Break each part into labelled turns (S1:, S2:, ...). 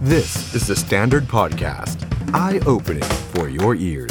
S1: This is the Standard Podcast. Eye-opening for your ears.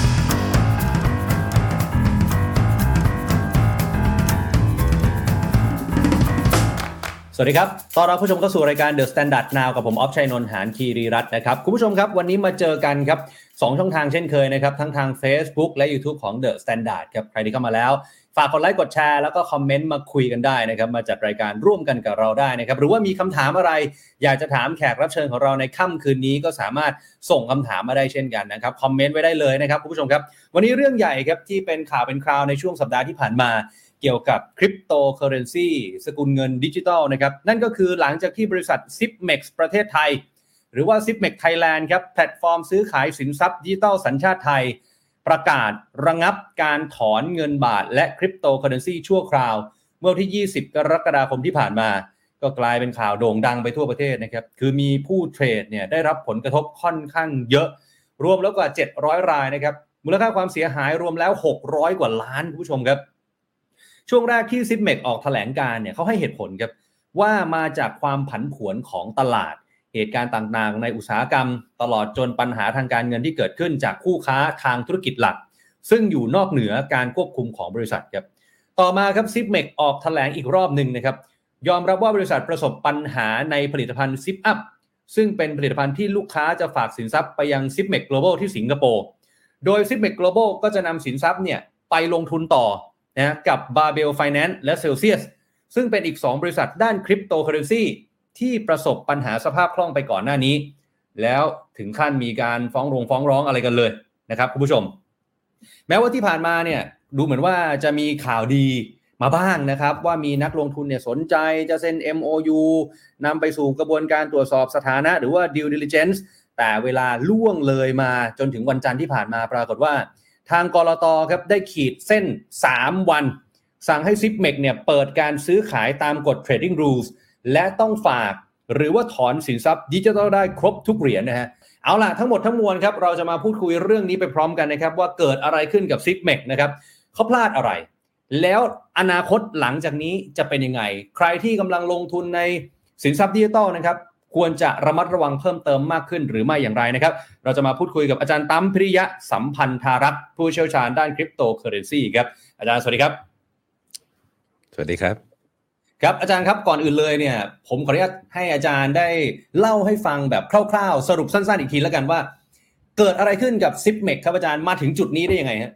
S2: สวัสดีครับต้อนรับผู้ชมเข้าสู่รายการ The Standard Now กับผมออฟชัยนนท์หานคีรีรัตน์นะครับคุณผู้ชมครับวันนี้มาเจอกันครับ2ช่องทางเช่นเคยนะครับทั้งทาง Facebook และ YouTube ของ The Standard ครับใครที่เข้ามาแล้วฝากกดไลค์กดแชร์แล้วก็คอมเมนต์มาคุยกันได้นะครับมาจัดรายการร่วมกันกับเราได้นะครับหรือว่ามีคำถามอะไรอยากจะถามแขกรับเชิญของเราในค่ำคืนนี้ก็สามารถส่งคำถามมาได้เช่นกันนะครับคอมเมนต์ไว้ได้เลยนะครับคุณผู้ชมครับวันนี้เรื่องใหญ่ครับที่เป็นข่าวเป็นคราวในช่วงสัปดาห์ที่ผ่านมาเกี่ยวกับคริปโตเคอเรนซีสกุลเงินดิจิทัลนะครับนั่นก็คือหลังจากที่บริษัท Zipmex ประเทศไทยหรือว่า Zipmex Thailand ครับแพลตฟอร์มซื้อขายสินทรัพย์ดิจิทัลสัญชาติไทยประกาศระงับการถอนเงินบาทและคริปโตเคอเรนซีชั่วคราวเมื่อวันที่20กรกฎาคมที่ผ่านมาก็กลายเป็นข่าวโด่งดังไปทั่วประเทศนะครับคือมีผู้เทรดเนี่ยได้รับผลกระทบค่อนข้างเยอะรวมแล้วกว่า700รายนะครับมูลค่าความเสียหายรวมแล้ว600กว่าล้านคุณผู้ชมครับช่วงแรกที่ Zipmex ออกแถลงการเนี่ยเขาให้เหตุผลครับว่ามาจากความผันผวนของตลาดเหตุการณ์ต่างๆในอุตสาหกรรมตลอดจนปัญหาทางการเงินที่เกิดขึ้นจากคู่ค้าทางธุรกิจหลักซึ่งอยู่นอกเหนือการควบคุมของบริษัทครับต่อมาครับ Zipmex ออกแถลงอีกรอบนึงนะครับยอมรับว่าบริษัทประสบปัญหาในผลิตภัณฑ์ ZipUp ซึ่งเป็นผลิตภัณฑ์ที่ลูกค้าจะฝากสินทรัพย์ไปยัง Zipmex Global ที่สิงคโปร์โดย Zipmex Global ก็จะนำสินทรัพย์เนี่ยไปลงทุนต่อนะกับ Barbell Finance และ Celsius ซึ่งเป็นอีก2บริษัทด้านคริปโตเคอเรนซีที่ประสบปัญหาสภาพคล่องไปก่อนหน้านี้แล้วถึงขั้นมีการฟ้องร้องอะไรกันเลยนะครับคุณผู้ชมแม้ว่าที่ผ่านมาเนี่ยดูเหมือนว่าจะมีข่าวดีมาบ้างนะครับว่ามีนักลงทุนเนี่ยสนใจจะเซ็น MOU นำไปสู่กระบวนการตรวจสอบสถานะหรือว่า Due Diligence แต่เวลาล่วงเลยมาจนถึงวันจันทร์ที่ผ่านมาปรากฏว่าทางกลต.ครับได้ขีดเส้น3วันสั่งให้ Zipmex เนี่ยเปิดการซื้อขายตามกฎ Trading Rules และต้องฝากหรือว่าถอนสินทรัพย์ดิจิทัลได้ครบทุกเหรียญนะฮะเอาล่ะทั้งหมดทั้งมวลครับเราจะมาพูดคุยเรื่องนี้ไปพร้อมกันนะครับว่าเกิดอะไรขึ้นกับ Zipmex นะครับเขาพลาดอะไรแล้วอนาคตหลังจากนี้จะเป็นยังไงใครที่กำลังลงทุนในสินทรัพย์ดิจิทัลนะครับควรจะระมัดระวังเพิ่มเติมมากขึ้นหรือไม่อย่างไรนะครับเราจะมาพูดคุยกับอาจารย์ตั้มพิริยะสัมพันธารักษ์ผู้เชี่ยวชาญด้านคริปโตเคอเรนซีครับอาจารย์สวัสดีครับ
S3: สวัสดีครับ
S2: ครับอาจารย์ครับก่อนอื่นเลยเนี่ยผมขออนุญาตให้อาจารย์ได้เล่าให้ฟังแบบคร่าวๆสรุปสั้นๆอีกทีแล้วกันว่าเกิดอะไรขึ้นกับ Zipmex ครับอาจารย์มาถึงจุดนี้ได้ยังไงฮะ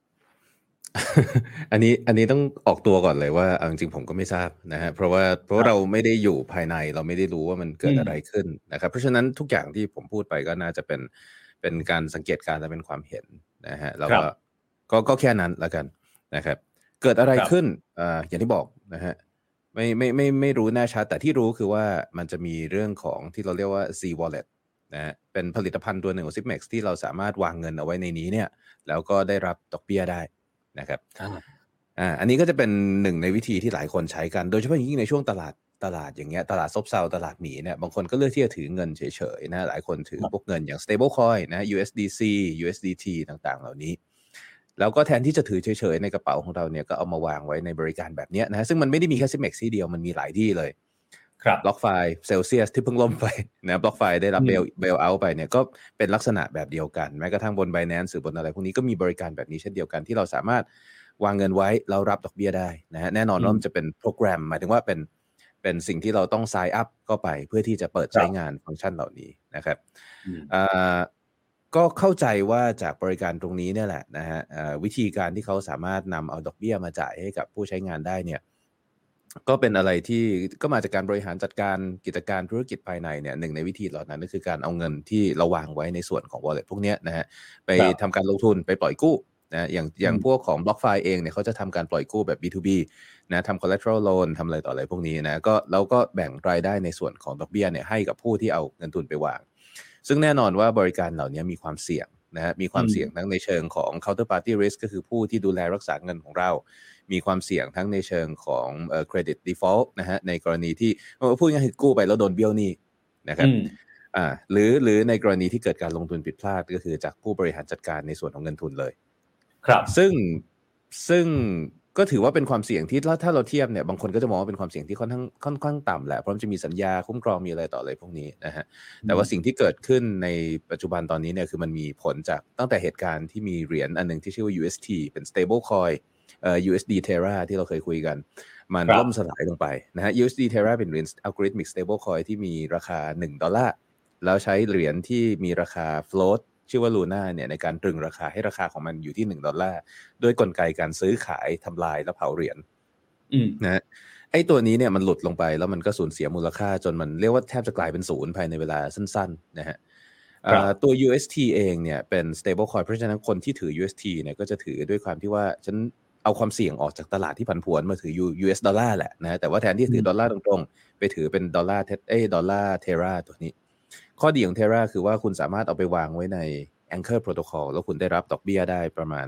S3: อันนี้ต้องออกตัวก่อนเลยว่าจริงๆผมก็ไม่ทราบนะฮะเพราะเราไม่ได้อยู่ภายในเราไม่ได้รู้ว่ามันเกิดอะไรขึ้นนะครับเพราะฉะนั้นทุกอย่างที่ผมพูดไปก็น่าจะเป็นการสังเกตการณ์และเป็นความเห็นนะฮะแล้วก็แค่นั้นแล้วกันนะครับเกิดอะไรขึ้นอย่างที่บอกนะฮะไม่รู้แน่ชัดแต่ที่รู้คือว่ามันจะมีเรื่องของที่เราเรียกว่า Z Wallet นะฮะเป็นผลิตภัณฑ์ตัวหนึ่งของ Zipmex ที่เราสามารถวางเงินเอาไว้ในนี้เนี่ยแล้วก็ได้รับดอกเบี้ยได้นะครับอันนี้ก็จะเป็นหนึ่งในวิธีที่หลายคนใช้กันโดยเฉพาะอย่างยิ่งในช่วงตลาดอย่างเงี้ยตลาดซบเซาตลาดหมีเนี่ยบางคนก็เลือกที่จะถือเงินเฉยๆนะหลายคนถือพวกเงินอย่าง stable coin นะ USDC USDT ต่างๆเหล่านี้แล้วก็แทนที่จะถือเฉยๆในกระเป๋าของเราเนี่ยก็เอามาวางไว้ในบริการแบบนี้นะซึ่งมันไม่ได้มีแค่ Zipmex ที่เดียวมันมีหลายที่เลยBlockFi Celsius ที่เพิ่งล่มไปนะ BlockFi ได้รับbail out ไปเนี่ยก็เป็นลักษณะแบบเดียวกันแม้กระทั่งบน Binance หรือบนอะไรพวกนี้ก็มีบริการแบบนี้เช่นเดียวกันที่เราสามารถวางเงินไว้แล้วรับดอกเบี้ยได้นะฮะแน่นอนว่ามันจะเป็นโปรแกรมหมายถึงว่าเป็นสิ่งที่เราต้อง sign up เข้าไปเพื่อที่จะเปิดใช้งานฟังก์ชันเหล่านี้นะครับก็เข้าใจว่าจากบริการตรงนี้เนี่ยแหละนะฮะวิธีการที่เขาสามารถนำเอาดอกเบี้ยมาจ่ายให้กับผู้ใช้งานได้เนี่ยก็เป็นอะไรที่ก็มาจากการบริหารจัดการกิจการธุรกิจภายในเนี่ยหนึ่งในวิธีเหล่านั้นก็คือการเอาเงินที่เราวางไว้ในส่วนของ wallet พวกนี้นะฮะไปทำการลงทุนไปปล่อยกู้นะอย่างพวกของ BlockFi เองเนี่ยเขาจะทำการปล่อยกู้แบบ B2B นะทำ collateral loan ทำอะไรต่ออะไรพวกนี้นะก็เราก็แบ่งรายได้ในส่วนของดอกเบี้ยเนี่ยให้กับผู้ที่เอาเงินทุนไปวางซึ่งแน่นอนว่าบริการเหล่านี้มีความเสี่ยงนะฮะมีความเสี่ยงทั้งในเชิงของ counterparty risk ก็คือผู้ที่ดูแลรักษาเงินของเรามีความเสี่ยงทั้งในเชิงของcredit default นะฮะในกรณีที่พูดง่ายๆกู้ไปแล้วโดนเบี้ยวหนี้นะครับหรือในกรณีที่เกิดการลงทุนผิดพลาดก็คือจากผู้บริหารจัดการในส่วนของเงินทุนเลยครับซึ่งก็ถือว่าเป็นความเสี่ยงที่ถ้าเราเทียบเนี่ยบางคนก็จะมองว่าเป็นความเสี่ยงที่ค่อนข้างต่ำแหละเพราะมันจะมีสัญญาคุ้มครองมีอะไรต่ออะไรพวกนี้นะฮะแต่ว่าสิ่งที่เกิดขึ้นในปัจจุบันตอนนี้เนี่ยคือมันมีผลจากตั้งแต่เหตุการณ์ที่มีเหรียญอันหนึ่งที่ชื่อว่า UST เป็น stable coin USD Terra ที่เราเคยคุยกันมันล่มสลายลงไปนะฮะ USD Terra เป็นเหรียญ algorithmic stable coin ที่มีราคา$1แล้วใช้เหรียญที่มีราคา float ชื่อว่า Luna เนี่ยในการตรึงราคาให้ราคาของมันอยู่ที่$1ด้วยกลไกการซื้อขายทำลายและเผาเหรียญนะฮะไอ้ตัวนี้เนี่ยมันหลุดลงไปแล้วมันก็สูญเสียมูลค่าจนมันเรียกว่าแทบจะกลายเป็นศูนย์ภายในเวลาสั้นๆนะฮะตัว UST เองเนี่ยเป็น stable coin เพราะฉะนั้นคนที่ถือ UST เนี่ยก็จะถือด้วยความที่ว่าฉันเอาความเสี่ยงออกจากตลาดที่ผันผวนมาถือ US ดอลลาร์แหละนะแต่ว่าแทนที่ถือดอลลาร์ตรงๆไปถือเป็นดอลลาร์เทราตัวนี้ข้อดีของ Terra คือว่าคุณสามารถเอาไปวางไว้ใน Anchor Protocol แล้วคุณได้รับดอกเบี้ยได้ประมาณ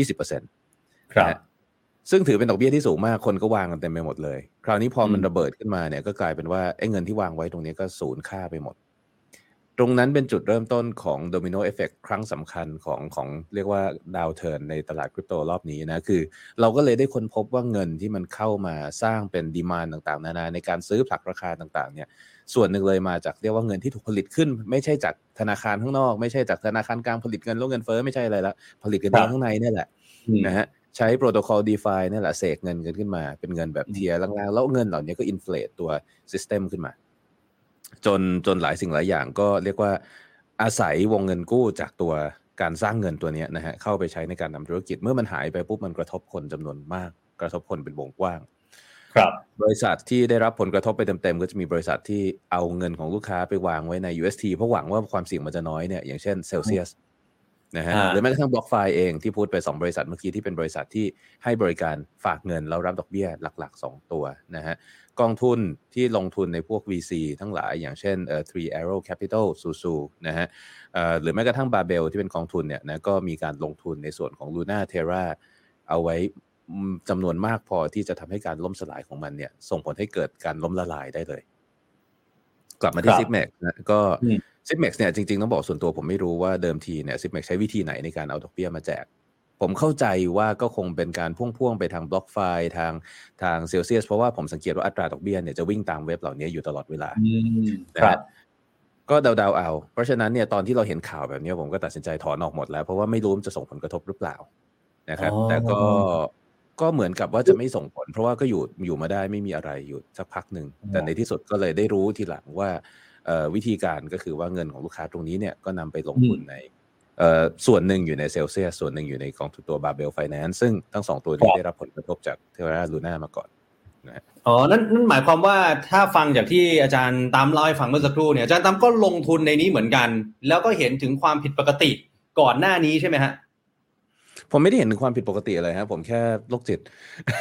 S3: 20%
S2: ครับ
S3: ซึ่งถือเป็นดอกเบี้ยที่สูงมากคนก็วางกันเต็มไปหมดเลยคราวนี้พอมันระเบิดขึ้นมาเนี่ยก็กลายเป็นว่าไอ้เงินที่วางไว้ตรงนี้ก็สูญค่าไปหมดตรงนั้นเป็นจุดเริ่มต้นของโดมิโนเอฟเฟกต์ครั้งสำคัญของเรียกว่าดาวเทิร์นในตลาดคริปโตรอบนี้นะคือเราก็เลยได้ค้นพบว่าเงินที่มันเข้ามาสร้างเป็นดีมานด์ต่างๆนานาในการซื้อผลักราคาต่างๆเนี่ยส่วนหนึ่งเลยมาจากเรียกว่าเงินที่ถูกผลิตขึ้นไม่ใช่จากธนาคารข้างนอกไม่ใช่จากธนาคารกลางผลิตเงินแล้วเงินเฟ้อไม่ใช่อะไรแล้วผลิตกันเองข้างในนี่แหละนะฮะใช้โปรโตคอล DeFi นี่แหละเสกเงินกันขึ้นมาเป็นเงินแบบเทียร์ล่างๆแล้วเงินเหล่านี้ก็อินเฟลตตัวซิสเต็มขึ้นมาจนหลายสิ่งหลายอย่างก็เรียกว่าอาศัยวงเงินกู้จากตัวการสร้างเงินตัวนี้นะฮะเข้าไปใช้ในการทำธุรกิจเมื่อมันหายไปปุ๊บมันกระทบคนจำนวนมากกระทบคนเป็นวงกว้าง
S2: ครับ
S3: บริษัทที่ได้รับผลกระทบไปเต็มๆก็จะมีบริษัทที่เอาเงินของลูกค้าไปวางไว้ใน UST เพราะหวังว่าความเสี่ยงมันจะน้อยเนี่ยอย่างเช่น Celsius นะฮะหรือแม้กระทั่ง BlockFi เองที่พูดไป2บริษัทเมื่อกี้ที่เป็นบริษัทที่ให้บริการฝากเงินแล้วรับดอกเบี้ยหลักๆ2ตัวนะฮะกองทุนที่ลงทุนในพวก VC ทั้งหลายอย่างเช่นThree Arrow Capital Susu นะฮะหรือแม้กระทั่ง Babel ที่เป็นกองทุนเนี่ยนะก็มีการลงทุนในส่วนของ Luna Terra เอาไว้จำนวนมากพอที่จะทำให้การล่มสลายของมันเนี่ยส่งผลให้เกิดการล้มละลายได้เลยกลับมาที่ Zipmex นะก็ Zipmex เนี่ยจริงๆต้องบอกส่วนตัวผมไม่รู้ว่าเดิมทีเนี่ย Zipmex ใช้วิธีไหนในการเอาดอกเบี้ยมาแจกผมเข้าใจว่าก็คงเป็นการพ่วงไปทาง BlockFi ทาง Celsius เพราะว่าผมสังเกตว่าอัตราดอกเบี้ยเนี่ยจะวิ่งตามเว็บเหล่านี้อยู่ตลอดเวลาครับก็เดาเอาเพราะฉะนั้นเนี่ยตอนที่เราเห็นข่าวแบบนี้ผมก็ตัดสินใจถอนออกหมดแล้วเพราะว่าไม่รู้มันจะส่งผลกระทบหรือเปล่านะครับแต่ก็เหมือนกับว่าจะไม่ส่งผลเพราะว่าก็อยู่มาได้ไม่มีอะไรอยู่สักพักหนึ่งแต่ในที่สุดก็เลยได้รู้ทีหลังว่าวิธีการก็คือว่าเงินของลูกค้าตรงนี้เนี่ยก็นำไปลงทุนในส่วนหนึ่งอยู่ใน Celsius ส่วนหนึ่งอยู่ในกองทุนตัว Babel Finance ซึ่งทั้ง2ตัวนี้ได้รับผลกระทบจาก Terra Luna มาก่อนนะ
S2: อ๋อนั่นหมายความว่าถ้าฟังจากที่อาจารย์ตามเล่าให้ฟังเมื่อสักครู่เนี่ยอาจารย์ตามก็ลงทุนในนี้เหมือนกันแล้วก็เห็นถึงความผิดปกติก่อนหน้านี้ใช่ไหมฮะ
S3: ผมไม่ได้เห็นถึงความผิดปกติอะไรครับผมแค่โรคจิต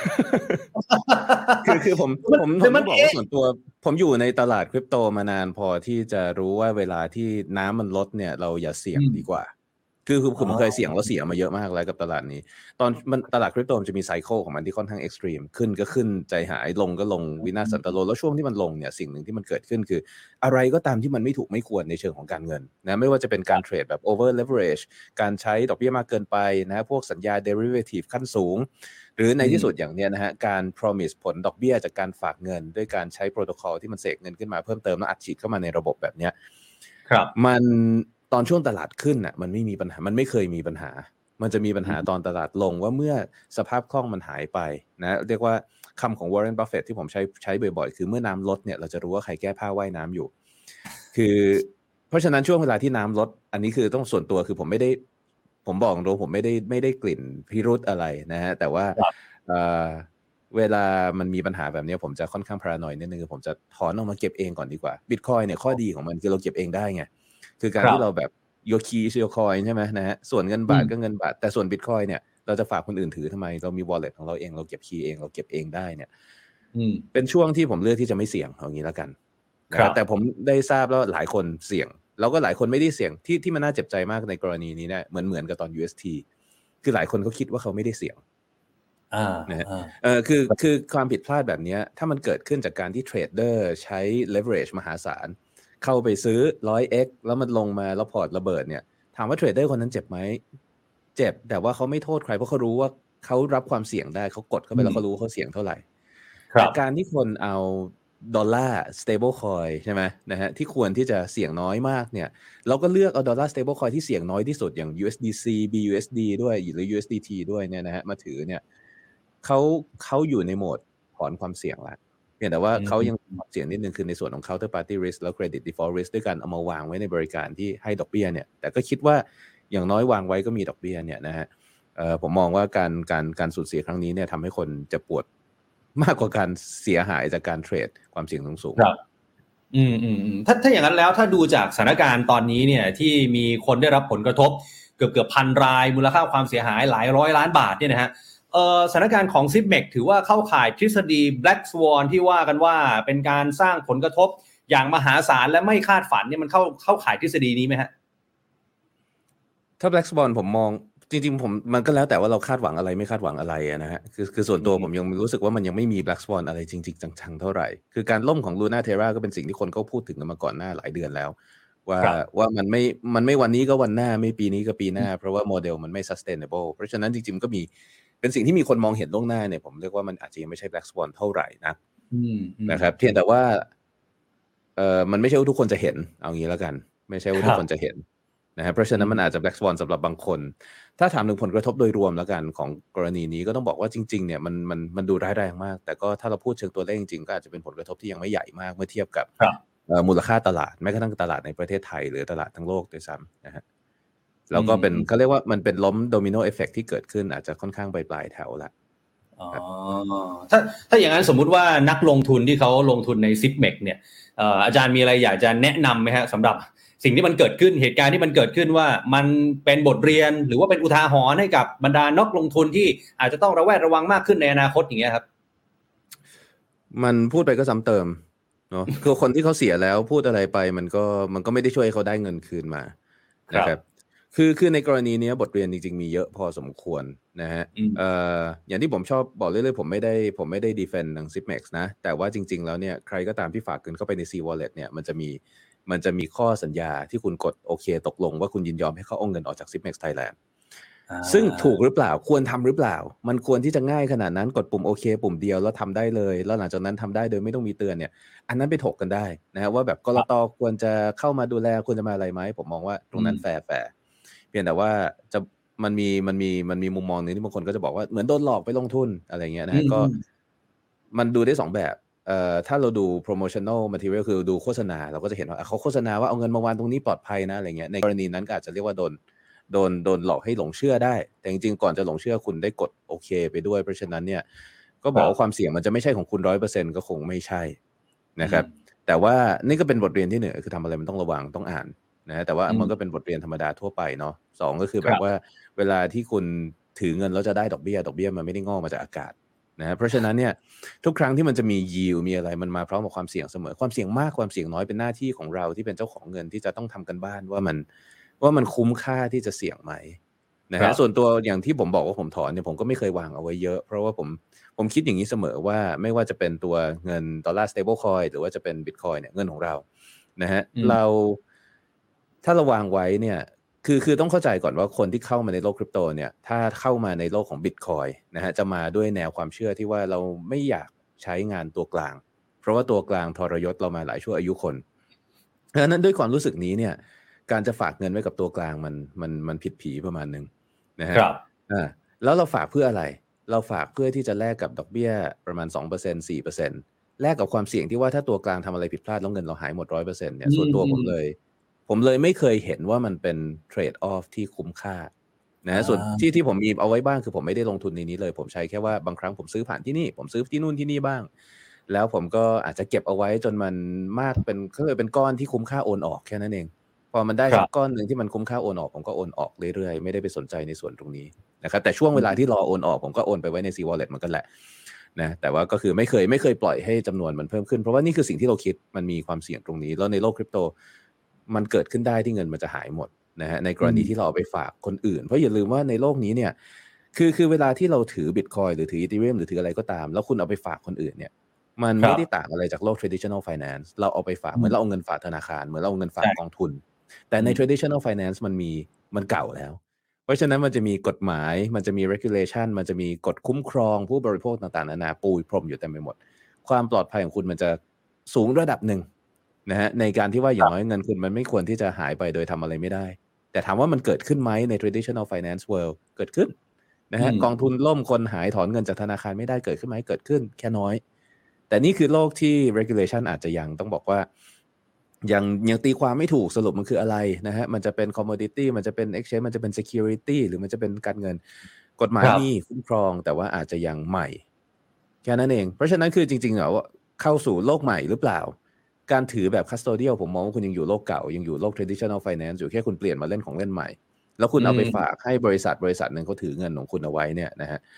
S3: คือผมบอกว่าส่วนตัวผมอยู่ในตลาดคริปโตมานานพอที่จะรู้ว่าเวลาที่น้ำมันลดเนี่ยเราอย่าเสี่ยงดีกว่าคือผมเคยเสี่ยงแล้วเสียมาเยอะมากแล้วกับตลาดนี้ตอนมันตลาดคริปโตมันจะมีไซเคิลของมันที่ค่อนข้างเอ็กซ์ตรีมขึ้นก็ขึ้นใจหายลงก็ลงวินาศสันตโลแล้วช่วงที่มันลงเนี่ยสิ่งหนึ่งที่มันเกิดขึ้นคืออะไรก็ตามที่มันไม่ถูกไม่ควรในเชิงของการเงินนะไม่ว่าจะเป็นการเทรดแบบ over leverage การใช้ดอกเบี้ยมากเกินไปนะพวกสัญญา derivative ขั้นสูงหรือในที่สุดอย่างเนี้ยนะฮะการ promise ผลดอกเบี้ยจากการฝากเงินด้วยการใช้โปรโตคอลที่มันเสกเงินขึ้นมาเพิ่มเติมแล้วอัดฉีดเข้ามาในระบบแบบเนี้ย
S2: ครับ
S3: มันตอนช่วงตลาดขึ้นน่ะมันไม่มีปัญหามันไม่เคยมีปัญหามันจะมีปัญหาตอนตลาดลงว่าเมื่อสภาพคล่องมันหายไปนะเรียกว่าคำของ Warren Buffett ที่ผมใช้บ่อยๆคือเมื่อน้ำลดเนี่ยเราจะรู้ว่าใครแก้ผ้าว่ายน้ำอยู่คือเพราะฉะนั้นช่วงเวลาที่น้ำลดอันนี้คือต้องส่วนตัวคือผมบอกตรงผมไม่ได้กลิ่นพิรุธอะไรนะฮะแต่ว่าเวลามันมีปัญหาแบบนี้ผมจะค่อนข้างพารานอยนิดนึงคือผมจะถอนออกมาเก็บเองก่อนดีกว่า Bitcoin เนี่ยข้อดีของมันคือเราเก็บเองได้ไงคือการที่เราแบบyour key is your coin ใช่ไหมนะฮะส่วนเงินบาทก็เงินบาทแต่ส่วน Bitcoin เนี่ยเราจะฝากคนอื่นถือทำไมเรามี wallet ของเราเองเราเก็บ key เองเราเก็บเองได้เนี่ยเป็นช่วงที่ผมเลือกที่จะไม่เสี่ยงเอางี้แล้วกันนะแต่ผมได้ทราบแล้วหลายคนเสี่ยงแล้วก็หลายคนไม่ได้เสี่ยงที่มันน่าเจ็บใจมากในกรณีนี้เนี่ยเหมือนกับตอน UST คือหลายคนเขาคิดว่าเขาไม่ได้เสี่ยงนะฮะคือความผิดพลาดแบบนี้ถ้ามันเกิดขึ้นจากการที่เทรดเดอร์ใช้ leverage มหาศาลเข้าไปซื้อ 100x แล้วมันลงมาแล้วพอร์ตระเบิดเนี่ยถามว่าเทรดเดอร์คนนั้นเจ็บไหมเจ็บแต่ว่าเขาไม่โทษใครเพราะเขารู้ว่าเขารับความเสี่ยงได้เขากดเข้าไปแล้วเขารู้เขาเสี่ยงเท่าไหร่
S2: ครับ
S3: แต่การที่คนเอาดอลลาร์ stable coin ใช่ไหมนะฮะที่ควรที่จะเสี่ยงน้อยมากเนี่ยเราก็เลือกเอาดอลลาร์ stable coin ที่เสี่ยงน้อยที่สุดอย่าง USDC BUSD ด้วยหรือ USDT ด้วยเนี่ยนะฮะมาถือเนี่ยเขาอยู่ในโหมดถอนความเสี่ยงแล้วเพียงแต่ว่าเขายังมีความเสี่ยงนิดนึงคือในส่วนของ counter party risk แล้ว credit default risk ด้วยการเอามาวางไว้ในบริการที่ให้ดอกเบี้ยเนี่ยแต่ก็คิดว่าอย่างน้อยวางไว้ก็มีดอกเบี้ยเนี่ยนะฮะผมมองว่าการสูญเสียครั้งนี้เนี่ยทำให้คนจะปวดมากกว่าการเสียหายจากการเทรดความเสี่ยงสูง
S2: ครับถ้าอย่างนั้นแล้วถ้าดูจากสถานการณ์ตอนนี้เนี่ยที่มีคนได้รับผลกระทบเกือบพันรายมูลค่าความเสียหายหลายร้อยล้านบาทเนี่ยนะฮะสถานการณ์ของ Zipmex ถือว่าเข้าข่ายทฤษฎี Black Swan ที่ว่ากันว่าเป็นการสร้างผลกระทบอย่างมหาศาลและไม่คาดฝันเนี่ยมันเข้าข่ายทฤษฎีนี้ไหมฮะ
S3: ถ้า Black Swan ผมมองจริงๆผมมันก็แล้วแต่ว่าเราคาดหวังอะไรไม่คาดหวังอะไรนะฮะคือส่วนตัวผมยังรู้สึกว่ามันยังไม่มี Black Swan อะไรจริงๆจังๆเท่าไหร่คือการล่มของ Luna Terra ก็เป็นสิ่งที่คนเขาพูดถึงกันมาก่อนหน้าหลายเดือนแล้วว่ามันไม่วันนี้ก็วันหน้าไม่ปีนี้ก็ปีหน้าเพราะว่าโมเดลมันไม่ sustainable เพราะฉะนั้นจริงๆก็มีเป็นสิ่งที่มีคนมองเห็นล่วงหน้าเนี่ยผมเรียกว่ามันอาจจะยังไม่ใช่ Black Swan เท่าไหร่นะครับเพียงแต่ว่ามันไม่ใช่ว่าทุกคนจะเห็นเอางี้แล้วกันไม่ใช่ว่าทุกคนจะเห็นนะเพราะฉะนั้นมันอาจจะ Black Swan สำหรับบางคนถ้าถามถึงผลกระทบโดยรวมแล้วกันของกรณีนี้ก็ต้องบอกว่าจริงๆเนี่ยมันดูร้ายแรงมากแต่ก็ถ้าเราพูดเชิงตัวเลขจริงๆก็อาจจะเป็นผลกระทบที่ยังไม่ใหญ่มากเมื่อเทียบกับมูลค่าตลาดแม้กระทั่งตลาดในประเทศไทยหรือตลาดทั้งโลกด้วยซ้ำนะฮะแล้วก็เป็นเขาเรียกว่ามันเป็นล้มโดมิโนเอฟเฟกต์ที่เกิดขึ้นอาจจะค่อนข้างปลายแถวละ
S2: ถ้าอย่างนั้นสมมุติว่านักลงทุนที่เขาลงทุนใน Zipmex เนี่ยอาจารย์มีอะไรอยากจะแนะนำไหมฮะสำหรับสิ่งที่มันเกิดขึ้นเหตุการณ์ที่มันเกิดขึ้นว่ามันเป็นบทเรียนหรือว่าเป็นอุทาหรณ์ให้กับบรรดานักลงทุนที่อาจจะต้องระแวดระวังมากขึ้นในอนาคตอย่างเงี้ยครับ
S3: มันพูดไปก็ซ้ำเติมเนาะคือคนที่เขาเสียแล้วพูดอะไรไปมันก็ไม่ได้ช่วยให้เขาได้เงินคืนมานะครับคือในกรณีนี้บทเรียนจริงๆมีเยอะพอสมควรนะฮะอย่างที่ผมชอบบอกเรื่อยๆผมไม่ได้ defend ทาง Zipmex นะแต่ว่าจริงๆแล้วเนี่ยใครก็ตามที่ฝากเงินเข้าไปใน C Wallet เนี่ยมันจะมีข้อสัญญาที่คุณกดโอเคตกลงว่าคุณยินยอมให้เขาเอาเงินออกจาก Zipmex Thailand ซึ่งถูกหรือเปล่าควรทำหรือเปล่ามันควรที่จะง่ายขนาดนั้นกดปุ่มโอเคปุ่มเดียวแล้วทำได้เลยแล้วหลังจากนั้นทำได้โดยไม่ต้องมีเตือนเนี่ยอันนั้นไปถกกันได้นะฮะว่าแบบกลต.ควรจะเข้ามาดูแลควรจะมาอะไรไหมผมมองว่าตรงนั้นแฟร์เพียงแต่ว่าจะมันมีมุมมองนึงที่บางคนก็จะบอกว่าเหมือนโดนหลอกไปลงทุนอะไรเงี้ยนะก็มันดูได้2แบบถ้าเราดู promotional material คือดูโฆษณาเราก็จะเห็นว่าเขาโฆษณาว่าเอาเงินมาวางตรงนี้ปลอดภัยนะอะไรเงี้ยในกรณีนั้นก็อาจจะเรียกว่าโดนหลอกให้หลงเชื่อได้แต่จริงๆก่อนจะหลงเชื่อคุณได้กดโอเคไปด้วยเพราะฉะนั้นเนี่ยก็บอกว่าความเสี่ยงมันจะไม่ใช่ของคุณ 100% ก็คงไม่ใช่นะครับแต่ว่านี่ก็เป็นบทเรียนที่1คือทำอะไรมันต้องระวังต้องอ่านนะแต่ว่ามันก็เป็นบทเรียนธรรมดาทั่วไปเนาะ2ก็คือแบบว่าเวลาที่คุณถือเงินแล้วจะได้ดอกเบี้ยมันไม่ได้งอกมาจากอากาศนะเพราะฉะนั้นเนี่ยทุกครั้งที่มันจะมี yield มีอะไรมันมาพร้อมกับความเสี่ยงเสมอความเสี่ยงมากความเสี่ยงน้อยเป็นหน้าที่ของเราที่เป็นเจ้าของเงินที่จะต้องทำกันบ้านว่ามันคุ้มค่าที่จะเสี่ยงไหมนะฮะส่วนตัวอย่างที่ผมบอกว่าผมถอนเนี่ยผมก็ไม่เคยวางเอาไว้เยอะเพราะว่าผมคิดอย่างนี้เสมอว่าไม่ว่าจะเป็นตัวเงินดอลลาร์ stable coin หรือว่าจะเป็น Bitcoin เนี่ยเงินของเรานะฮะถ้าเราวางไว้เนี่ยคือต้องเข้าใจก่อนว่าคนที่เข้ามาในโลกคริปโตเนี่ยถ้าเข้ามาในโลกของ Bitcoin นะฮะจะมาด้วยแนวความเชื่อที่ว่าเราไม่อยากใช้งานตัวกลางเพราะว่าตัวกลางทรยศเรามาหลายชั่วอายุคนเพราะฉะนั้นด้วยความรู้สึกนี้เนี่ยการจะฝากเงินไว้กับตัวกลางมันผิดผีประมาณนึงนะฮะแล้วเราฝากเพื่ออะไรเราฝากเพื่อที่จะแลกกับดอกเบี้ยประมาณ 2% 4% แลกกับความเสี่ยงที่ว่าถ้าตัวกลางทำอะไรผิดพลาดแล้วเงินเราหายหมด 100% เนี่ยส่วนตัวผมเลยไม่เคยเห็นว่ามันเป็นเทรดออฟที่คุ้มค่านะส่วนที่ผมมีเอาไว้บ้างคือผมไม่ได้ลงทุนในนี้เลยผมใช้แค่ว่าบางครั้งผมซื้อผ่านที่นี่ผมซื้อที่นู่นที่นี่บ้างแล้วผมก็อาจจะเก็บเอาไว้จนมันมากเป็นก้อนที่คุ้มค่าโอนออกแค่นั้นเองพอมันได้สักก้อนนึงที่มันคุ้มค่าโอนออกผมก็โอนออกเรื่อยๆไม่ได้ไปสนใจในส่วนตรงนี้นะครับแต่ช่วงเวลาที่รอโอนออกผมก็โอนไปไว้ใน C Wallet มันก็แหละนะแต่ว่าก็คือไม่เคยปล่อยให้จำนวนมันเพิ่มขึ้นเพราะว่านี่คือสิ่งที่เราคิดมันมีความเสี่ยงตรงนี้แล้วในโลกคริปโตมันเกิดขึ้นได้ที่เงินมันจะหายหมดนะฮะในกรณีที่เราเอาไปฝากคนอื่นเพราะอย่าลืมว่าในโลกนี้เนี่ยคือเวลาที่เราถือ Bitcoin หรือถือ Ethereum หรือถืออะไรก็ตามแล้วคุณเอาไปฝากคนอื่นเนี่ยมันไม่ได้ต่างอะไรจากโลก traditional finance เราเอาไปฝากเหมือนเราเอาเงินฝากธนาคารเหมือนเราเอาเงินฝากกองทุนแต่ใน traditional finance มันเก่าแล้วเพราะฉะนั้นมันจะมีกฎหมายมันจะมี regulation มันจะมีกฎคุ้มครองผู้บริโภคต่างๆนานาปูพรมอยู่เต็มไปหมดความปลอดภัยของคุณมันจะสูงระดับหนึ่งนะฮะในการที่ว่าอย่างน้อยเงินคุณมันไม่ควรที่จะหายไปโดยทำอะไรไม่ได้แต่ถามว่ามันเกิดขึ้นไหมใน traditional finance world เกิดขึ้นนะฮะกองทุนล่มคนหายถอนเงินจากธนาคารไม่ได้เกิดขึ้นไหมเกิดขึ้นแค่น้อยแต่นี่คือโลกที่ regulation อาจจะยังต้องบอกว่ายังตีความไม่ถูกสรุปมันคืออะไรนะฮะมันจะเป็น commodity มันจะเป็น exchange มันจะเป็น security หรือมันจะเป็นการเงินกฎหมายมีคุ้มครองแต่ว่าอาจจะยังใหม่แค่นั้นเองเพราะฉะนั้นคือจริงๆแล้วเข้าสู่โลกใหม่หรือเปล่าการถือแบบ custodial ผมมองว่าคุณยังอยู่โลกเก่ายังอยู่โลก traditional finance อยู่แค่คุณเปลี่ยนมาเล่นของเล่นใหม่แล้วคุณเอาไปฝากให้บริษัทนึงเขาถือเงินของคุณเอาไว้เนี่ยนะฮะ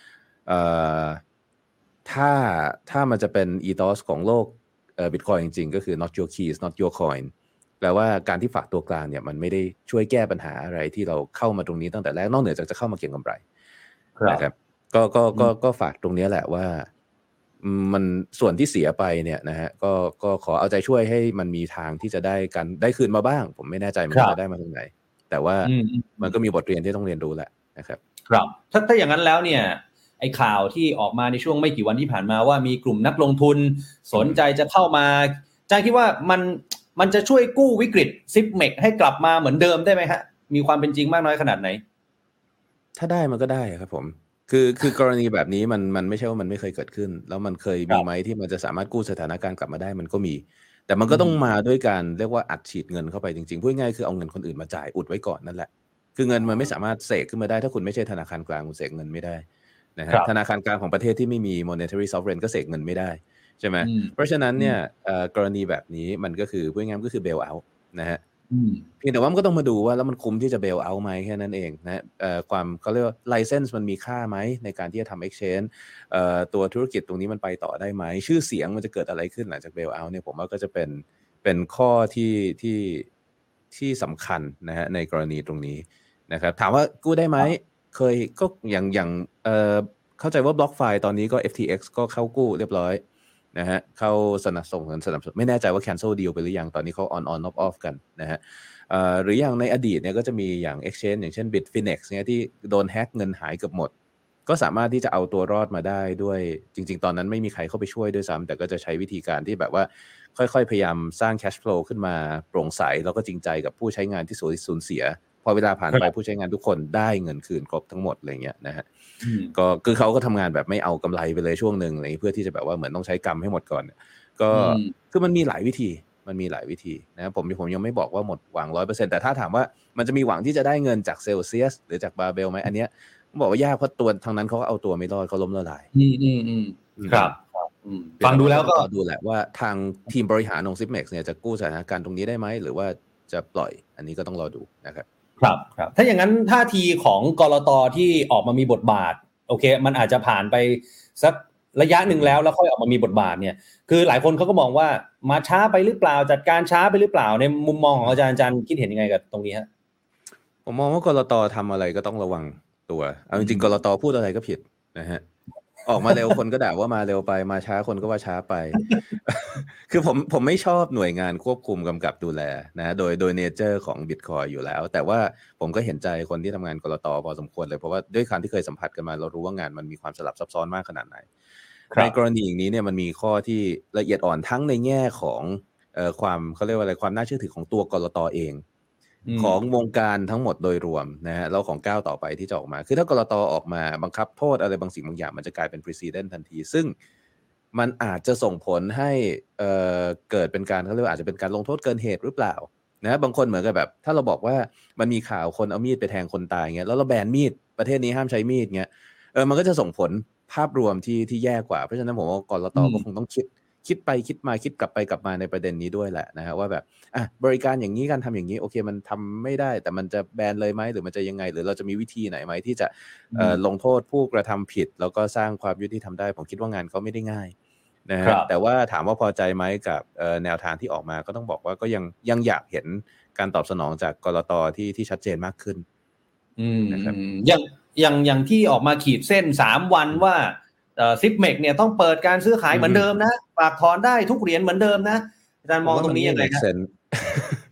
S3: ถ้ามันจะเป็น ethos ของโลกBitcoin จริงๆก็คือ not your keys not your coin แปลว่าการที่ฝากตัวกลางเนี่ยมันไม่ได้ช่วยแก้ปัญหาอะไรที่เราเข้ามาตรงนี้ตั้งแต่แรกนอกเหนือจากจะเข้ามาเก็งกำไรนะครับก็ฝากตรงนี้แหละว่ามันส่วนที่เสียไปเนี่ยนะฮะก็ขอเอาใจช่วยให้มันมีทางที่จะได้คืนมาบ้างผมไม่แน่ใจมันจะได้มาทางไหนแต่ว่ามันก็มีบทเรียนที่ต้องเรียนรู้แหละนะครับ
S2: ครับถ้าอย่างนั้นแล้วเนี่ยไอ้ข่าวที่ออกมาในช่วงไม่กี่วันที่ผ่านมาว่ามีกลุ่มนักลงทุนสนใจจะเข้ามาใจคิดว่ามันจะช่วยกู้วิกฤตซิปเมกให้กลับมาเหมือนเดิมได้ไหมฮะมีความเป็นจริงมากน้อยขนาดไหน
S3: ถ้าได้มันก็ได้ครับผมคือกรณีแบบนี้มันไม่ใช่ว่ามันไม่เคยเกิดขึ้นแล้วมันเคยมีไหมที่มันจะสามารถกู้สถานการณ์กลับมาได้มันก็มีแต่มันก็ต้องมาด้วยการเรียกว่าอัดฉีดเงินเข้าไปจริงๆพูดง่ายคือเอาเงินคนอื่นมาจ่ายอุดไว้ก่อนนั่นแหละคือเงินมันไม่สามารถเสกขึ้นมาได้ถ้าคุณไม่ใช่ธนาคารกลางคุณเสกเงินไม่ได้นะฮะธนาคารกลางของประเทศที่ไม่มี monetary sovereign ก็เสกเงินไม่ได้ใช่ไหมเพราะฉะนั้นเนี่ยกรณีแบบนี้มันก็คือพูดง่ายๆก็คือ bail out นะฮะเพียงแต่ว่ามันก็ต้องมาดูว่าแล้วมันคุ้มที่จะ bail out ไหมแค่นั้นเองนะความเขาเรียกว่า license มันมีค่าไหมในการที่จะทำ exchange ตัวธุรกิจตรงนี้มันไปต่อได้ไหมชื่อเสียงมันจะเกิดอะไรขึ้นหลังจาก bail out เนี่ยผมว่าก็จะเป็นข้อที่สำคัญนะฮะในกรณีตรงนี้นะครับถามว่ากู้ได้ไหมเคยก็อย่างเข้าใจว่า BlockFi ตอนนี้ก็ FTX ก็เข้ากู้เรียบร้อยนะฮะเข้าสนับสนุนไม่แน่ใจว่า cancel deal ไปหรือยังตอนนี้เขา on off กันนะฮะหรืออย่างในอดีตเนี่ยก็จะมีอย่าง exchange อย่างเช่น Bitfinex เนี่ยที่โดนแฮกเงินหายเกือบหมดก็สามารถที่จะเอาตัวรอดมาได้ด้วยจริงๆตอนนั้นไม่มีใครเข้าไปช่วยด้วยซ้ำแต่ก็จะใช้วิธีการที่แบบว่าค่อยๆพยายามสร้าง cash flow ขึ้นมาโปร่งใสแล้วก็จริงใจกับผู้ใช้งานที่สูญเสียพอเวลาผ่านไปผู้ใช้งานทุกคนได้เงินคืนครบทั้งหมดอะไรเงี้ยนะฮะก็คือเขาก็ทำงานแบบไม่เอากำไรไปเลยช่วงนึงอะไรเพื่อที่จะแบบว่าเหมือนต้องใช้กรรมให้หมดก่อนก็คือมันมีหลายวิธีนะผมยังไม่บอกว่าหมดหวัง 100% แต่ถ้าถามว่ามันจะมีหวังที่จะได้เงินจากเซลเซียสหรือจากบาเบลไหมอันเนี้ยผมบอกว่ายากเพราะตัวทางนั้นเขาก็เอาตัวไม่รอดเขาล้มละลาย
S2: ครับฟังดูแล้วก็
S3: ดูแหละว่าทางทีมบริหารของ Zipmex เนี่ยจะกู้สถานการณ์ตรงนี้ได้ไหมหรือว่าจะปล่อยอันนี้ก็ต้องรอดูนะครับ
S2: ครับถ้าอย่างนั้นท่าทีของกลต.ที่ออกมามีบทบาทโอเคมันอาจจะผ่านไปสักระยะหนึ่งแล้วค่อยออกมามีบทบาทเนี่ยคือหลายคนเขาก็มองว่ามาช้าไปหรือเปล่าจัดการช้าไปหรือเปล่าในมุมมองของอาจารย์คิดเห็นยังไงกับตรงนี้ฮะ
S3: ผมมองว่ากลต.ทำอะไรก็ต้องระวังตัวเอาจริงๆกลต.พูดอะไรก็ผิดนะฮะออกมาเร็วคนก็ด่าว่ามาเร็วไปมาช้าคนก็ว่าช้าไป คือผมไม่ชอบหน่วยงานควบคุมกำกับดูแลนะโดยเนเจอร์ของ Bitcoin อยู่แล้วแต่ว่าผมก็เห็นใจคนที่ทำงานกลต.พอสมควรเลยเพราะว่าด้วยการที่เคยสัมผัสกันมาเรารู้ว่างานมันมีความสลับซับซ้อนมากขนาดไหนในกรณีอย่างนี้เนี่ยมันมีข้อที่ละเอียดอ่อนทั้งในแง่ของความเขาเรียกว่าอะไรความน่าเชื่อถือของตัวกลต.เองของวงการทั้งหมดโดยรวมนะฮะแล้วของก้าวต่อไปที่จะออกมาคือถ้ากลต.ออกมาบังคับโทษอะไรบางสิ่งบางอย่างมันจะกลายเป็น precedent ทันทีซึ่งมันอาจจะส่งผลให้เกิดเป็นการเขาเรียกว่าอาจจะเป็นการลงโทษเกินเหตุหรือเปล่านะบางคนเหมือนกับแบบถ้าเราบอกว่ามันมีข่าวคนเอามีดไปแทงคนตายเงี้ยแล้วเราแบนมีดประเทศนี้ห้ามใช้มีดเงี้ยมันก็จะส่งผลภาพรวมที่แย่กว่าเพราะฉะนั้นผมว่ากลต.ก็คงต้องคิดไปคิดมาคิดกลับไปกลับมาในประเด็นนี้ด้วยแหละนะฮะว่าแบบบริการอย่างนี้การทำอย่างนี้โอเคมันทำไม่ได้แต่มันจะแบนเลยไหมหรือมันจะยังไงหรือเราจะมีวิธีไหนไหมที่จะลงโทษผู้กระทำผิดแล้วก็สร้างความยุติธรรมได้ผมคิดว่างานเขาไม่ได้ง่ายนะฮะแต่ว่าถามว่าพอใจไหมกับแนวทางที่ออกมาก็ต้องบอกว่าก็ยังอยากเห็นการตอบสนองจากกลต.ที่ชัดเจนมากขึ้น
S2: นะครับอย่างที่ออกมาขีดเส้น3วันว่าZipmex เนี่ยต้องเปิดการซื้อขายเหมือนเดิมนะฝากถอนได้ทุกเหรียญเหมือนเดิมนะอาจารย์มองตรงนี้ยังไงครับ